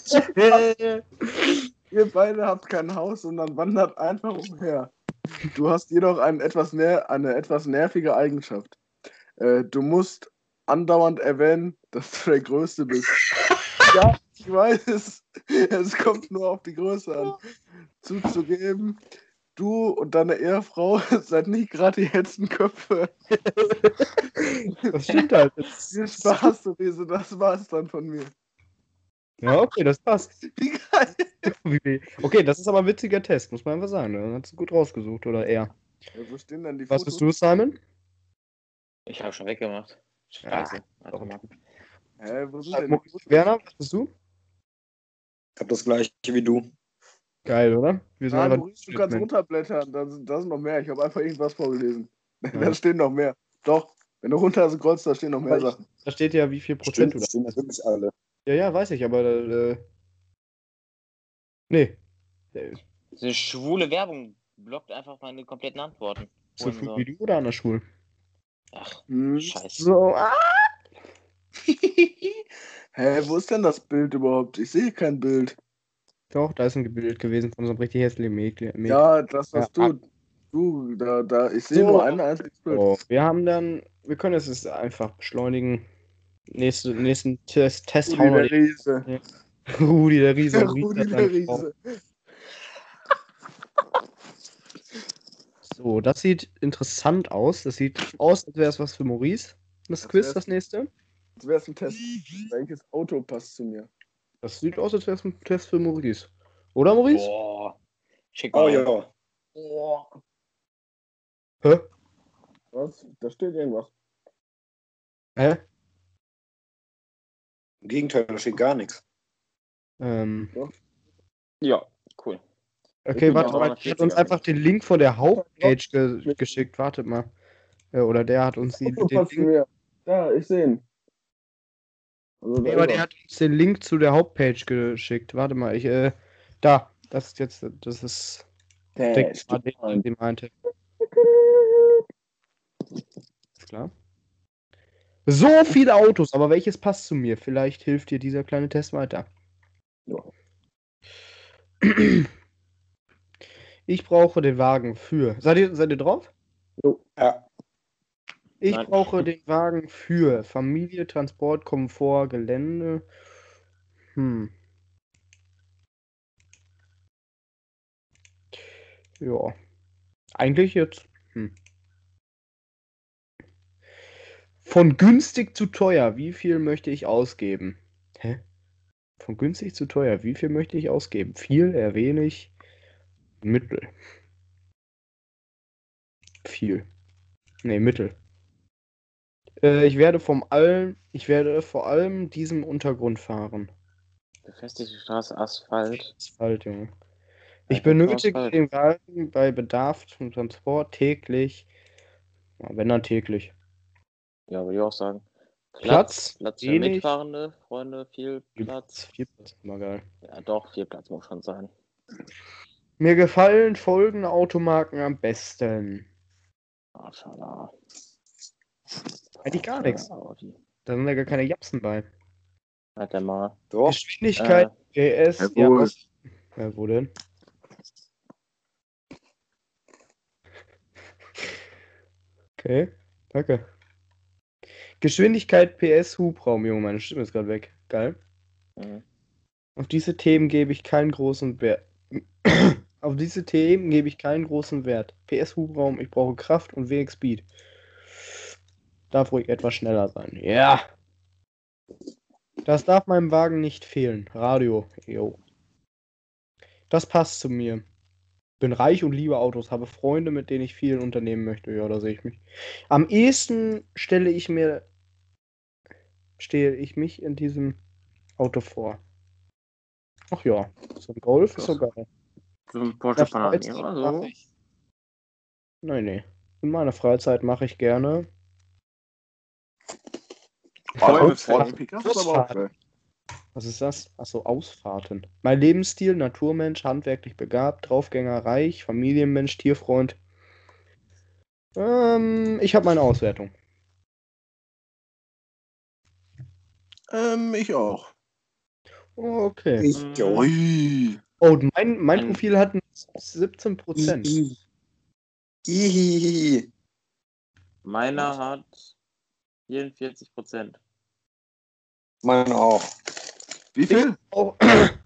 ihr beide habt kein Haus, sondern wandert einfach umher. Du hast jedoch eine etwas nervige Eigenschaft. Du musst andauernd erwähnen, dass du der Größte bist. Ja, ich weiß es. Es kommt nur auf die Größe an. Zuzugeben, du und deine Ehefrau seid nicht gerade die hellsten Köpfe. Das stimmt halt. Viel Spaß, Therese, das war's dann von mir. Ja, okay, das passt. Wie geil. Okay, das ist aber ein witziger Test, muss man einfach sagen. Dann hat sie gut rausgesucht, oder er. Ja, wo stehen denn die Was Fotos? bist du, Simon? Ich habe schon weggemacht. Scheiße. Warte mal. Hä, wo sind denn die Fotos? Werner, was bist du? Ich hab das gleiche wie du. Geil, oder? Wir sind Ah, einfach Maurice, du kannst runterblättern. Da sind noch mehr. Ich habe einfach irgendwas vorgelesen. Ja. Da stehen noch mehr. Doch, wenn du runter scrollst, da stehen noch mehr Sachen. Da steht ja, wie viel Prozent du da. Das sind das wirklich alle. Ja, weiß ich, aber nee. Diese schwule Werbung blockt einfach meine kompletten Antworten. So viel wie du oder an der Schule? Ach, Hm. scheiße. So, Hä, wo ist denn das Bild überhaupt? Ich sehe kein Bild. Doch, da ist ein Bild gewesen von so einem richtig hässlichen Mädchen. Ja, das was Ja. du, ich sehe So. nur ein einziges Bild. So, wir können es jetzt einfach beschleunigen. Nächsten Test Rudi hauen wir der Riese. Rudi der Riese. Rudi der Riese. So, das sieht interessant aus. Das sieht aus, als wäre es was für Maurice. Das Quiz, das nächste. Jetzt wäre es ein Test. Welches Auto passt zu mir? Das sieht aus, als wäre es ein Test für Maurice. Oder, Maurice? Boah. Schick Oh mal. ja. Hä? Was? Da steht irgendwas. Hä? Im Gegenteil, da steht gar nichts. Ja, cool. Okay, bin warte aber mal. noch Der hat uns 40er. einfach den Link von der Hauptpage geschickt. Wartet mal. Oder der hat uns Auto den passt zu Link. mir. Da, ich sehe ihn. Also, Nee, da aber ist der er. hat uns den Link zu der Hauptpage geschickt. Warte mal, das ist jetzt, das ist der, Test. den sie meinte. Ist klar. So viele Autos, aber welches passt zu mir? Vielleicht hilft dir dieser kleine Test weiter. Ja. Ich brauche den Wagen für. Seid ihr drauf? Ja. Ich Nein. brauche den Wagen für Familie, Transport, Komfort, Gelände. Ja. Eigentlich jetzt. Von günstig zu teuer, wie viel möchte ich ausgeben? Hä? Von günstig zu teuer, wie viel möchte ich ausgeben? Viel, eher wenig, mittel. Viel. Nee, mittel. Ich werde vor allem diesem Untergrund fahren. Befestigte Straße, Asphalt. Asphalt, Junge. Ich Ja, benötige Asphalt. den Wagen bei Bedarf zum Transport täglich. Ja, wenn dann täglich. Ja, würde ich auch sagen. Platz, Platz für wenig. Mitfahrende, Freunde, viel Platz. Viel Platz ist immer geil. Ja, doch, viel Platz muss schon sein. Mir gefallen folgende Automarken am besten. Maschallah. Eigentlich gar nichts. Audi. Da sind ja gar keine Japsen bei. Hat der mal. Doch. Geschwindigkeit, PS, ja, Jawohl. was? Ja, wo denn? Okay, danke. Geschwindigkeit, PS, Hubraum, Junge, meine Stimme ist gerade weg. Geil. Mhm. Auf diese Themen gebe ich keinen großen Wert. Auf diese Themen gebe ich keinen großen Wert. PS, Hubraum, ich brauche Kraft und wenig Speed. Darf ruhig etwas schneller sein. Ja. Das darf meinem Wagen nicht fehlen. Radio. Jo. Das passt zu mir. Bin reich und liebe Autos, habe Freunde, mit denen ich viel unternehmen möchte. Ja, da sehe ich mich. Am ehesten stehe ich mich in diesem Auto vor. Ach ja, so ein Golf ist so geil. So ein Porsche In der Freizeit Panamera, mache so. ich- Nee. In meiner Freizeit mache ich gerne Teufelsfeld. Pickup ist aber auch geil. Was ist das? Achso, Ausfahrten. Mein Lebensstil, Naturmensch, handwerklich begabt, Draufgänger, reich, Familienmensch, Tierfreund. Ich habe meine Auswertung. Ich auch. Okay. Ich, Ui. Oh, und mein Ein- Profil hat 17%. Ihihihi. Meiner hat 44%. Meine auch. Wie viel? Oh,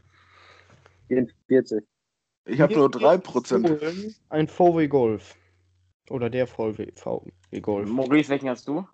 44. Ich habe nur 3%. holen ein VW Golf. Oder der VW Golf. Maurice, welchen hast du?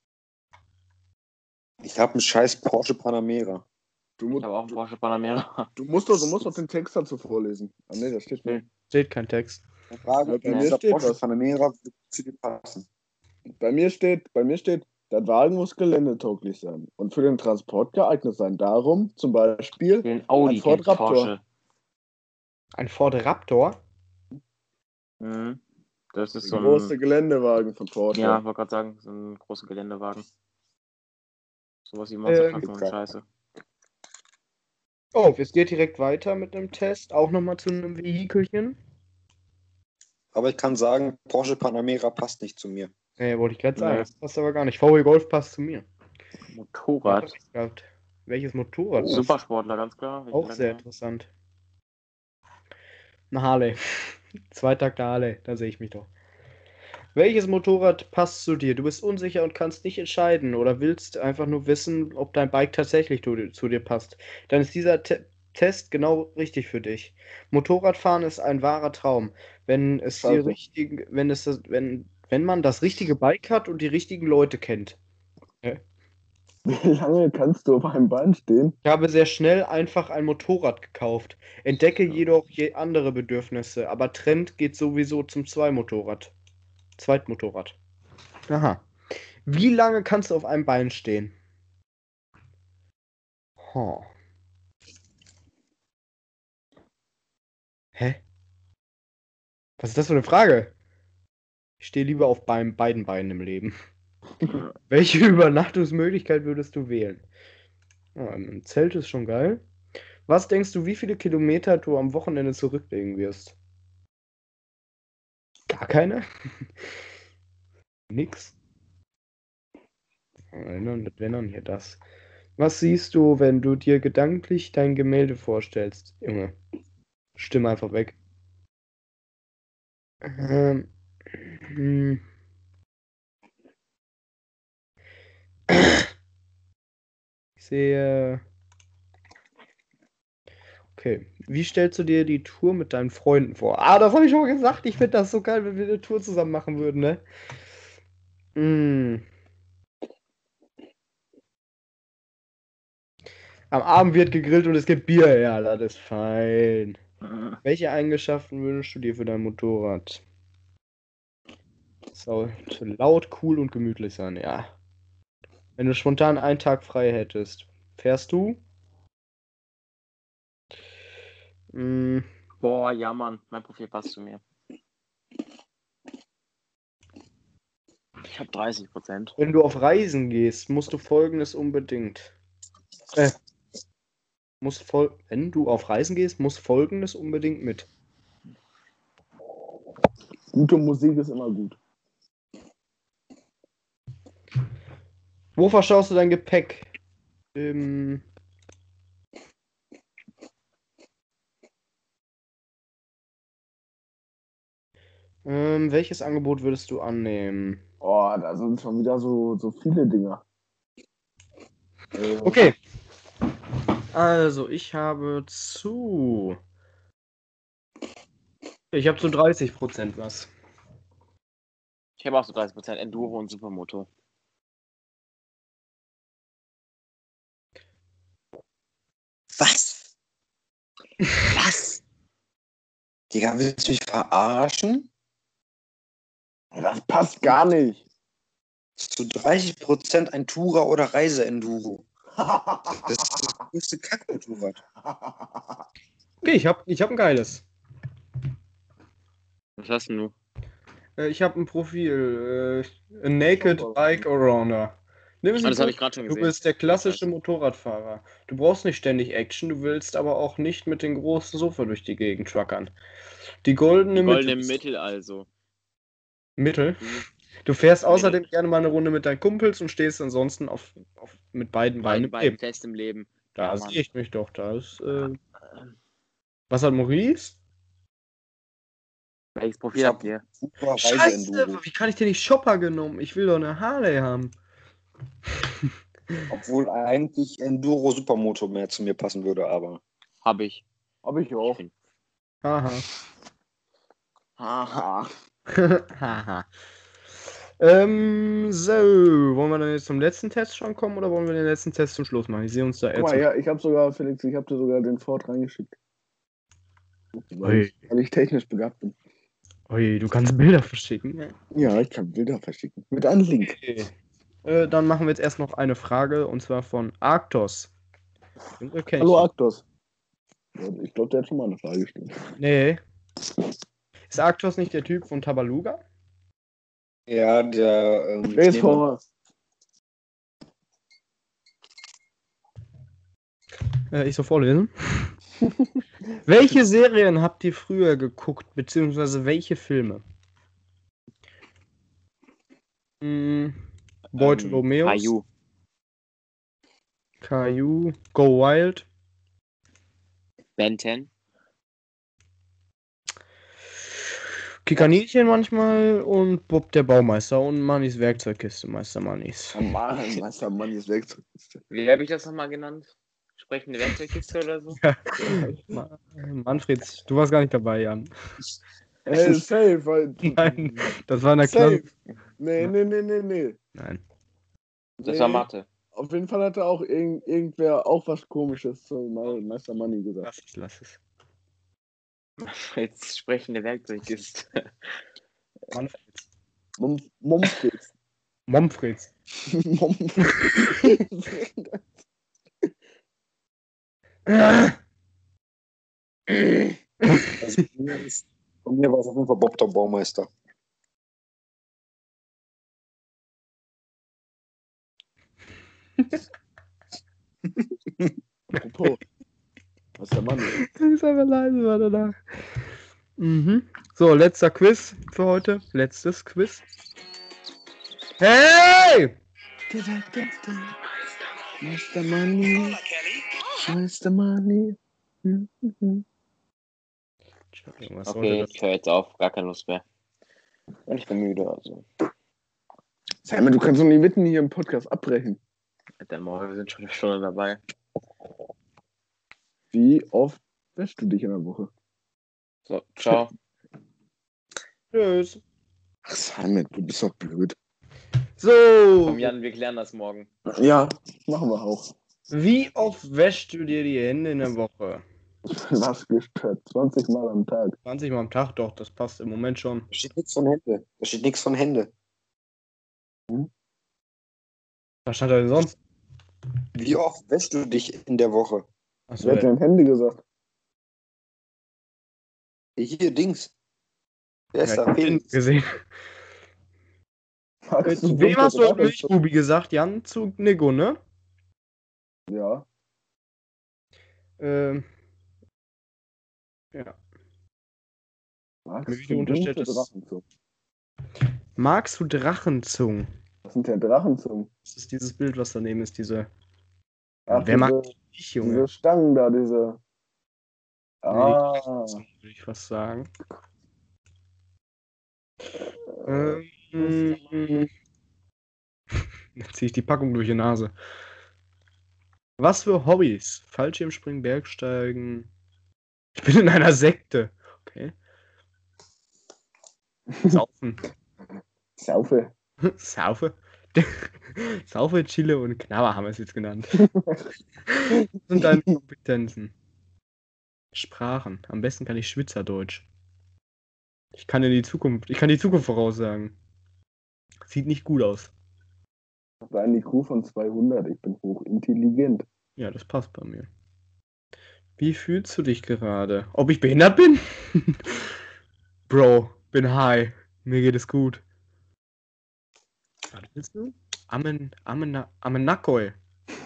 Ich habe einen scheiß Porsche Panamera. Du, Ich habe auch einen Porsche Panamera. du musst doch den Text dazu vorlesen. Ah ne, da steht nicht. Steht kein Text. Ich frage, Bei mir dieser steht Porsche was. Panamera wird zu dir passen. Bei mir steht, der Wagen muss geländetauglich sein und für den Transport geeignet sein. Darum zum Beispiel Den Audi Ein Ford kennt Raptor. Porsche. Ein Ford Raptor? Mhm. Das ist der so ein. große Geländewagen von Porsche. Ja, wollte gerade sagen, so ein großer Geländewagen. Sowas wie Monstertruck und geil. Scheiße. Oh, es geht direkt weiter mit dem Test. Auch nochmal zu einem Vehikelchen. Aber ich kann sagen, Porsche Panamera passt nicht zu mir. Nee, wollte ich gerade sagen. Nee. Das passt aber gar nicht. VW Golf passt zu mir. Motorrad. Hab ich gehabt. Welches Motorrad? passt? Supersportler, ganz klar. Welche Auch sehr Länder? interessant. Eine Harley. Zweitakter Harley, da sehe ich mich doch. Welches Motorrad passt zu dir? Du bist unsicher und kannst nicht entscheiden oder willst einfach nur wissen, ob dein Bike tatsächlich zu dir passt. Dann ist dieser Test genau richtig für dich. Motorradfahren ist ein wahrer Traum. Wenn es die Scheiße. richtigen, wenn man das richtige Bike hat und die richtigen Leute kennt. Wie lange kannst du auf einem Bein stehen? Ich habe sehr schnell einfach ein Motorrad gekauft, entdecke jedoch andere Bedürfnisse, aber Trend geht sowieso zum Zweitmotorrad. Aha. Wie lange kannst du auf einem Bein stehen? Huh. Hä? Was ist das für eine Frage? Ich stehe lieber auf beiden Beinen im Leben. Welche Übernachtungsmöglichkeit würdest du wählen? Ein Zelt ist schon geil. Was denkst du, wie viele Kilometer du am Wochenende zurücklegen wirst? Gar keine? Nix? Wenn dann hier das. Was siehst du, wenn du dir gedanklich dein Gemälde vorstellst? Junge, Stimme einfach weg. Hm. Ich sehe. Okay. Wie stellst du dir die Tour mit deinen Freunden vor? Ah, das habe ich schon gesagt. Ich finde das so geil, wenn wir eine Tour zusammen machen würden, ne? Am Abend wird gegrillt und es gibt Bier. Ja, das ist fein. Welche Eigenschaften wünschst du dir für dein Motorrad? Sollte laut, cool und gemütlich sein, ja. Wenn du spontan einen Tag frei hättest, fährst du? Boah, ja, Mann. Mein Profil passt zu mir. Ich habe 30%. Wenn du auf Reisen gehst, musst du Folgendes unbedingt. Wenn du auf Reisen gehst, muss Folgendes unbedingt mit. Gute Musik ist immer gut. Wo verstaust du dein Gepäck? Welches Angebot würdest du annehmen? Oh, da sind schon wieder so viele Dinger. Okay. Also, ich habe zu 30% was. Ich habe auch so 30% Enduro und Supermoto. Was? Was? Digga, willst du mich verarschen? Das passt gar nicht. Zu 30% ein Tourer- oder Reise-Enduro. Das ist das größte Kackmotorrad. Okay, ich hab ein geiles. Was hast denn du? Ich habe ein Profil. A Naked Bike Allrounder. Nimm sie Das habe gut. ich gerade schon Du gesehen. bist der klassische Motorradfahrer. Du brauchst nicht ständig Action, du willst aber auch nicht mit dem großen Sofa durch die Gegend truckern. Die goldene Mittel also. Mittel. Du fährst außerdem gerne mal eine Runde mit deinen Kumpels und stehst ansonsten mit beiden Beinen im Leben. Fest im Leben. Da Ja, sehe ich mich doch. Was hat Maurice? Welches Profil habt ihr? Super Scheiße, Reise-Enduro. wie kann ich dir nicht Shopper genommen? Ich will doch eine Harley haben. Obwohl eigentlich Enduro Supermoto mehr zu mir passen würde, aber. Hab ich. Hab ich auch. Haha. Haha. Haha. So, wollen wir dann jetzt zum letzten Test schon kommen oder wollen wir den letzten Test zum Schluss machen? Ich sehe uns da Guck mal, ja, ich habe sogar, Felix, ich habe dir sogar den Ford reingeschickt. Weil ich technisch begabt bin. Ui, du kannst Bilder verschicken. Ja, ich kann Bilder verschicken. Mit einem Link. Okay. Dann machen wir jetzt erst noch eine Frage und zwar von Arktos. Hallo Arktos. Ich glaube, der hat schon mal eine Frage gestellt. Nee. Ist Arktos nicht der Typ von Tabaluga? Ja, der. Wer ist vor? Ich soll vorlesen. Welche Serien habt ihr früher geguckt, beziehungsweise welche Filme? Bartholomäus. Caillou. Go Wild. Ben 10. Kikaninchen manchmal und Bob der Baumeister und Mannis Werkzeugkiste, Meister Mannis. Meister Mannis Werkzeugkiste. Wie habe ich das nochmal genannt? Sprechende Werkzeugkiste oder so? Manfred, du warst gar nicht dabei, Jan. Safe. Weil, Nein, das war in der Klasse. safe. Nee. Nein. Das war Mathe. Auf jeden Fall hat auch irgendwer auch was Komisches zu Meister Money gesagt. Lass es. Jetzt sprechende Werkzeugkiste. Manfred. Momfritz. Momfritz. Also von mir war es auf jeden Fall Bob der Baumeister. Apropos. Meister Money. Ist einfach leise, war danach. Mhm. So, letzter Quiz für heute. Letztes Quiz. Hey! Meister Money. Meister Money. Was Okay, sollte ich höre jetzt auf. Gar keine Lust mehr. Und ich bin müde, also. Sam, du kannst doch nie mitten hier im Podcast abbrechen. Dann morgen, wir sind schon eine Stunde dabei. Wie oft wäschst du dich in der Woche? So, ciao. Tschüss. Ach, Simon, du bist doch blöd. So, Komm, Jan, wir klären das morgen. Ja, machen wir auch. wie oft wäschst du dir die Hände in der Woche? Was gestört? 20 Mal am Tag. 20 Mal am Tag, doch, das passt im Moment schon. Da steht nichts von Hände. Da steht nichts von Hände. Was stand da denn sonst? Wie oft wäschst du dich in der Woche? Achso, Wer hat denn Hände gesagt? Hier, Dings. Wer ist ja, da? Felix. gesehen. Magst Zu du wem hast du dunkle Drachen? Milchbubi gesagt, Jan? Zu Nico, ne? Ja. Ja. Magst Wie du du unterstellt dunkle hast. Drachenzungen? Magst du Drachenzungen? Was sind denn Drachenzungen? Das ist dieses Bild, was daneben ist, diese. Ach, Wer mag diese, die nicht, Junge? diese Stangen da, diese. Ah. Drachenzungen, würde ich fast sagen. Jetzt ziehe ich die Packung durch die Nase. Was für Hobbys? Fallschirmspringen, Bergsteigen. Ich bin in einer Sekte. Okay. Saufen. Saufe. Saufe. Saufe, Chille und Knabber haben wir es jetzt genannt. Was sind deine Kompetenzen? Sprachen. Am besten kann ich Schweizerdeutsch. Ich kann die Zukunft voraussagen. Sieht nicht gut aus. Ich habe einen IQ von 200. Ich bin hochintelligent. Ja, das passt bei mir. Wie fühlst du dich gerade? Ob ich behindert bin? Bro, bin high. Mir geht es gut. Was willst du? Amenakoi.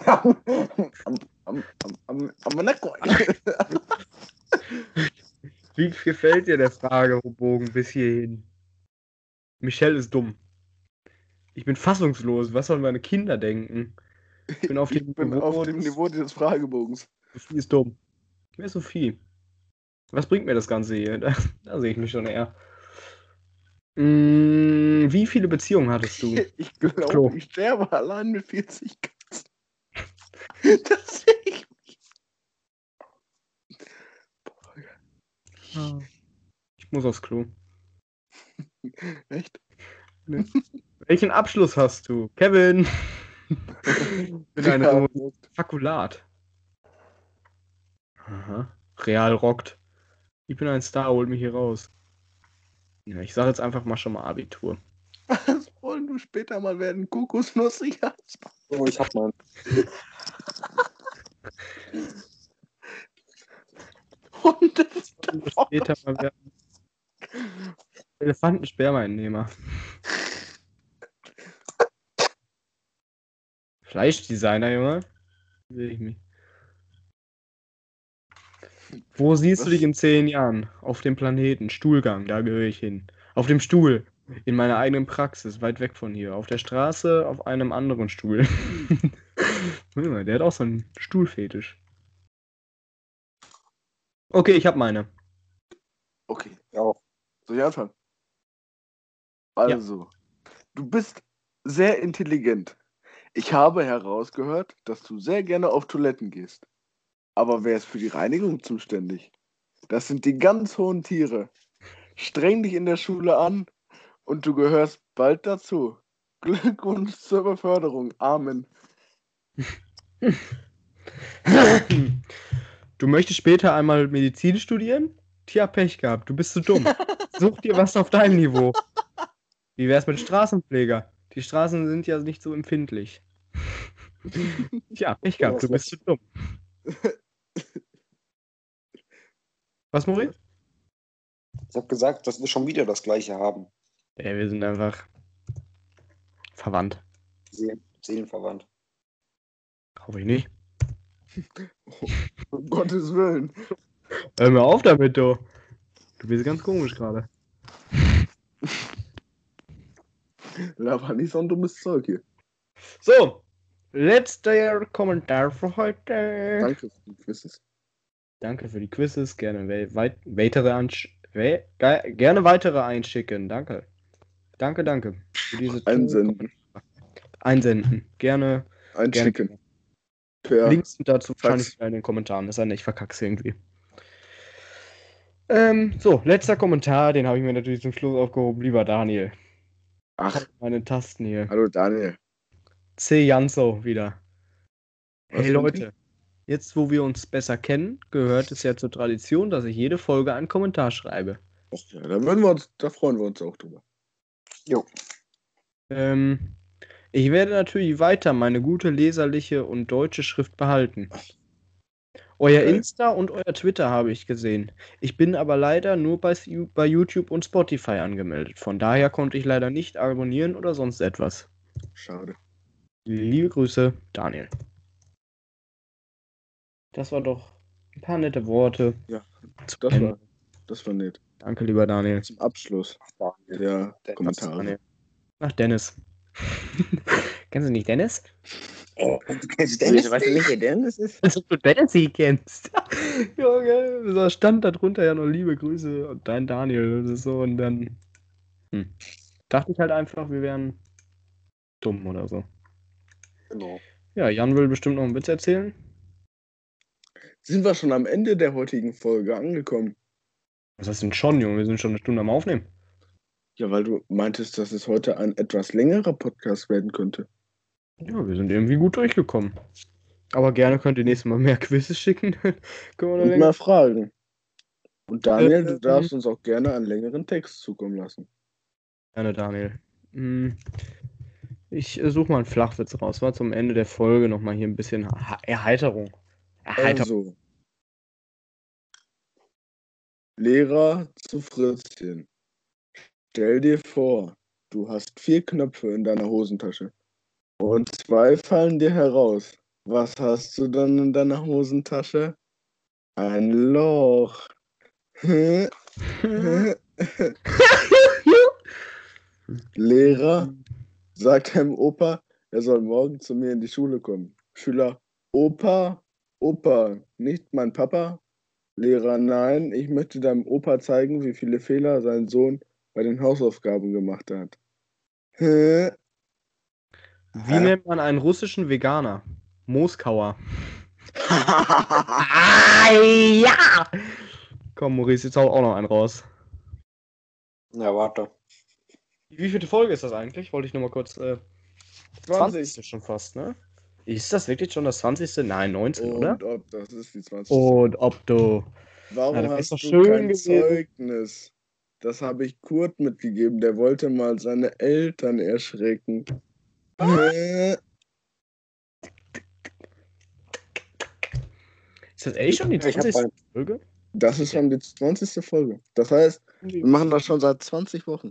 Wie gefällt dir der Fragebogen bis hierhin? Michelle ist dumm. Ich bin fassungslos. Was sollen meine Kinder denken? Ich bin auf dem Niveau des Fragebogens. Sophie ist dumm. Wer ist Sophie? Was bringt mir das Ganze hier? Da sehe ich mich schon eher. Wie viele Beziehungen hattest du? Ich Klo. glaube, ich sterbe allein mit 40 Katzen. Das sehe ich mich. Ich muss aufs Klo. Echt? Welchen Abschluss hast du? Kevin! Mit einem Ja, Fakulat. Aha. Real rockt. Ich bin ein Star, holt mich hier raus. Ja, ich sage jetzt einfach mal schon mal Abitur. was wollen du später mal werden? Kokosnussig? Oh, ich hab mal. Später mal werden. Elefantenspermaentnehmer. Fleischdesigner, Junge. Sehe ich mich. Wo siehst du dich in 10 Jahren? Auf dem Planeten. Stuhlgang, da gehöre ich hin. Auf dem Stuhl. In meiner eigenen Praxis, weit weg von hier. Auf der Straße, auf einem anderen Stuhl. Der hat auch so einen Stuhlfetisch. Okay, ich habe meine. Okay, Ja. soll ich anfangen? Also, du bist sehr intelligent. Ich habe herausgehört, dass du sehr gerne auf Toiletten gehst. Aber wer ist für die Reinigung zuständig? Das sind die ganz hohen Tiere. Streng dich in der Schule an und du gehörst bald dazu. Glückwunsch zur Beförderung. Amen. Du möchtest später einmal Medizin studieren? Tja, Pech gehabt, du bist zu dumm. Such dir was auf deinem Niveau. Wie wär's mit Straßenpfleger? Die Straßen sind ja nicht so empfindlich. Tja, Pech gehabt, du bist zu dumm. Was, Maurice? Ich habe gesagt, dass wir schon wieder das Gleiche haben. Ja, wir sind einfach verwandt. Seelenverwandt. Hoffe ich nicht. Um Gottes Willen. Hör mir auf damit, du. Du bist ganz komisch gerade. Laber nicht so ein dummes Zeug hier. So, letzter Kommentar für heute. Danke für die Quizzes. Danke für die Quizzes. Gerne gerne weitere einschicken. Danke. Danke. Für diese Einsenden. Einsenden. Gerne. Einschicken. Links sind dazu Fax. wahrscheinlich in den Kommentaren. Das ist ja nicht verkackst irgendwie. So, letzter Kommentar. Den habe ich mir natürlich zum Schluss aufgehoben. Lieber Daniel. Ach, Meine Tasten hier. hallo Daniel. C. Janso wieder. Was Hey für ein Leute, jetzt wo wir uns besser kennen, gehört es ja zur Tradition, dass ich jede Folge einen Kommentar schreibe. Ach ja, da freuen wir uns auch drüber. Jo. Ich werde natürlich weiter meine gute leserliche und deutsche Schrift behalten. Euer Okay. Insta und euer Twitter habe ich gesehen. Ich bin aber leider nur bei YouTube und Spotify angemeldet. Von daher konnte ich leider nicht abonnieren oder sonst etwas. Schade. Liebe Grüße, Daniel. Das war doch ein paar nette Worte. Ja, zum Das Ende. war nett. Danke, lieber Daniel. Zum Abschluss der Der Kommentare. Daniel. Ach, Dennis. Kennst du nicht Dennis? Kennst Weißt du nicht, wer Dennis ist? Als ob du Dennis nicht kennst. Junge, da stand da drunter ja noch liebe Grüße und dein Daniel. Das ist so und dann dachte ich halt einfach, wir wären dumm oder so. Genau. Ja, Jan will bestimmt noch einen Witz erzählen. Sind wir schon am Ende der heutigen Folge angekommen? Was heißt denn schon, Junge? Wir sind schon eine Stunde am Aufnehmen. Ja, weil du meintest, dass es heute ein etwas längerer Podcast werden könnte. Ja, wir sind irgendwie gut durchgekommen. Aber gerne könnt ihr nächstes Mal mehr Quizzes schicken. Können wir noch Und länger. mal fragen. Und Daniel, du darfst uns auch gerne einen längeren Text zukommen lassen. Gerne, Daniel. Ich suche mal einen Flachwitz raus. War zum Ende der Folge nochmal hier ein bisschen Erheiterung. Also, Lehrer zu Fritzchen. Stell dir vor, du hast 4 Knöpfe in deiner Hosentasche. Und 2 fallen dir heraus. Was hast du dann in deiner Hosentasche? Ein Loch. Lehrer sagt deinem Opa, er soll morgen zu mir in die Schule kommen. Schüler, Opa, nicht mein Papa. Lehrer, nein, ich möchte deinem Opa zeigen, wie viele Fehler sein Sohn bei den Hausaufgaben gemacht hat. Wie nennt man einen russischen Veganer? Moskauer. Ja! Komm, Maurice, jetzt hau auch noch einen raus. Ja, warte. Wie viele Folge ist das eigentlich? Wollte ich nur mal kurz. 20. schon fast, ne? Ist das wirklich schon das 20.? Nein, 19, oder? Und ob, das ist die 20. Und ob du. Warum Ja, das hast ist doch du schön kein gewesen. Zeugnis? Das habe ich Kurt mitgegeben. Der wollte mal seine Eltern erschrecken. Ist das echt schon die Ich hab 20. Folge? Das ist schon die 20. Folge. Das heißt, wir machen das schon seit 20 Wochen.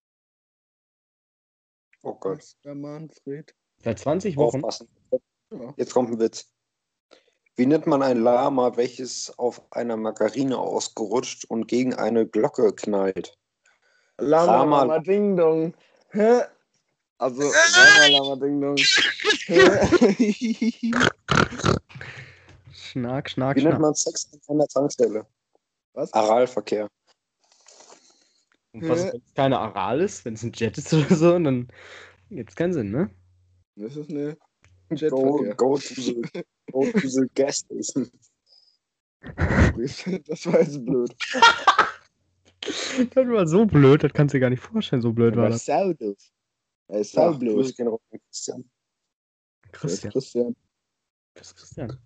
Oh Gott. Der Manfred. Seit 20 Wochen? Aufpassen. Ja. Jetzt kommt ein Witz. Wie nennt man ein Lama, welches auf einer Margarine ausgerutscht und gegen eine Glocke knallt? Lama, Lama. Lama, Ding Dong. Hä? Also, Lama, Lama, Ding Dong. Schnack, Schnack, Wie nennt Schnack. man Sex an der Tankstelle? Was? Aralverkehr. Und was ist, wenn es keine Aral ist? Wenn es ein Jet ist oder so, dann gibt es keinen Sinn, ne? Das ist eine Go Jetverkehr. to the gas station. Das war jetzt blöd. Das war so blöd, das kannst du dir gar nicht vorstellen, so blöd war das. saudoof. Er ist Ja, saublöd. Grüße gehen raus an Christian. Christian. Christian. Das ist Christian.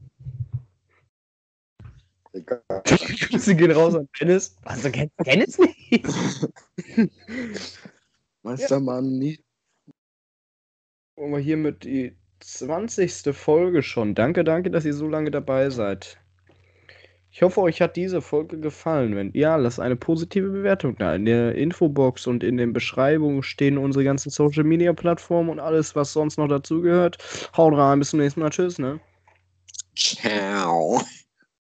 Egal. Grüße gehen raus an Dennis. Was, du kennst Dennis nicht? Meistermann, nicht. Wollen wir hiermit die 20. Folge schon. Danke, dass ihr so lange dabei seid. Ich hoffe, euch hat diese Folge gefallen. Wenn ja, lasst eine positive Bewertung da. In der Infobox und in den Beschreibungen stehen unsere ganzen Social Media Plattformen und alles, was sonst noch dazugehört. Haut rein, bis zum nächsten Mal. Tschüss, ne? Ciao.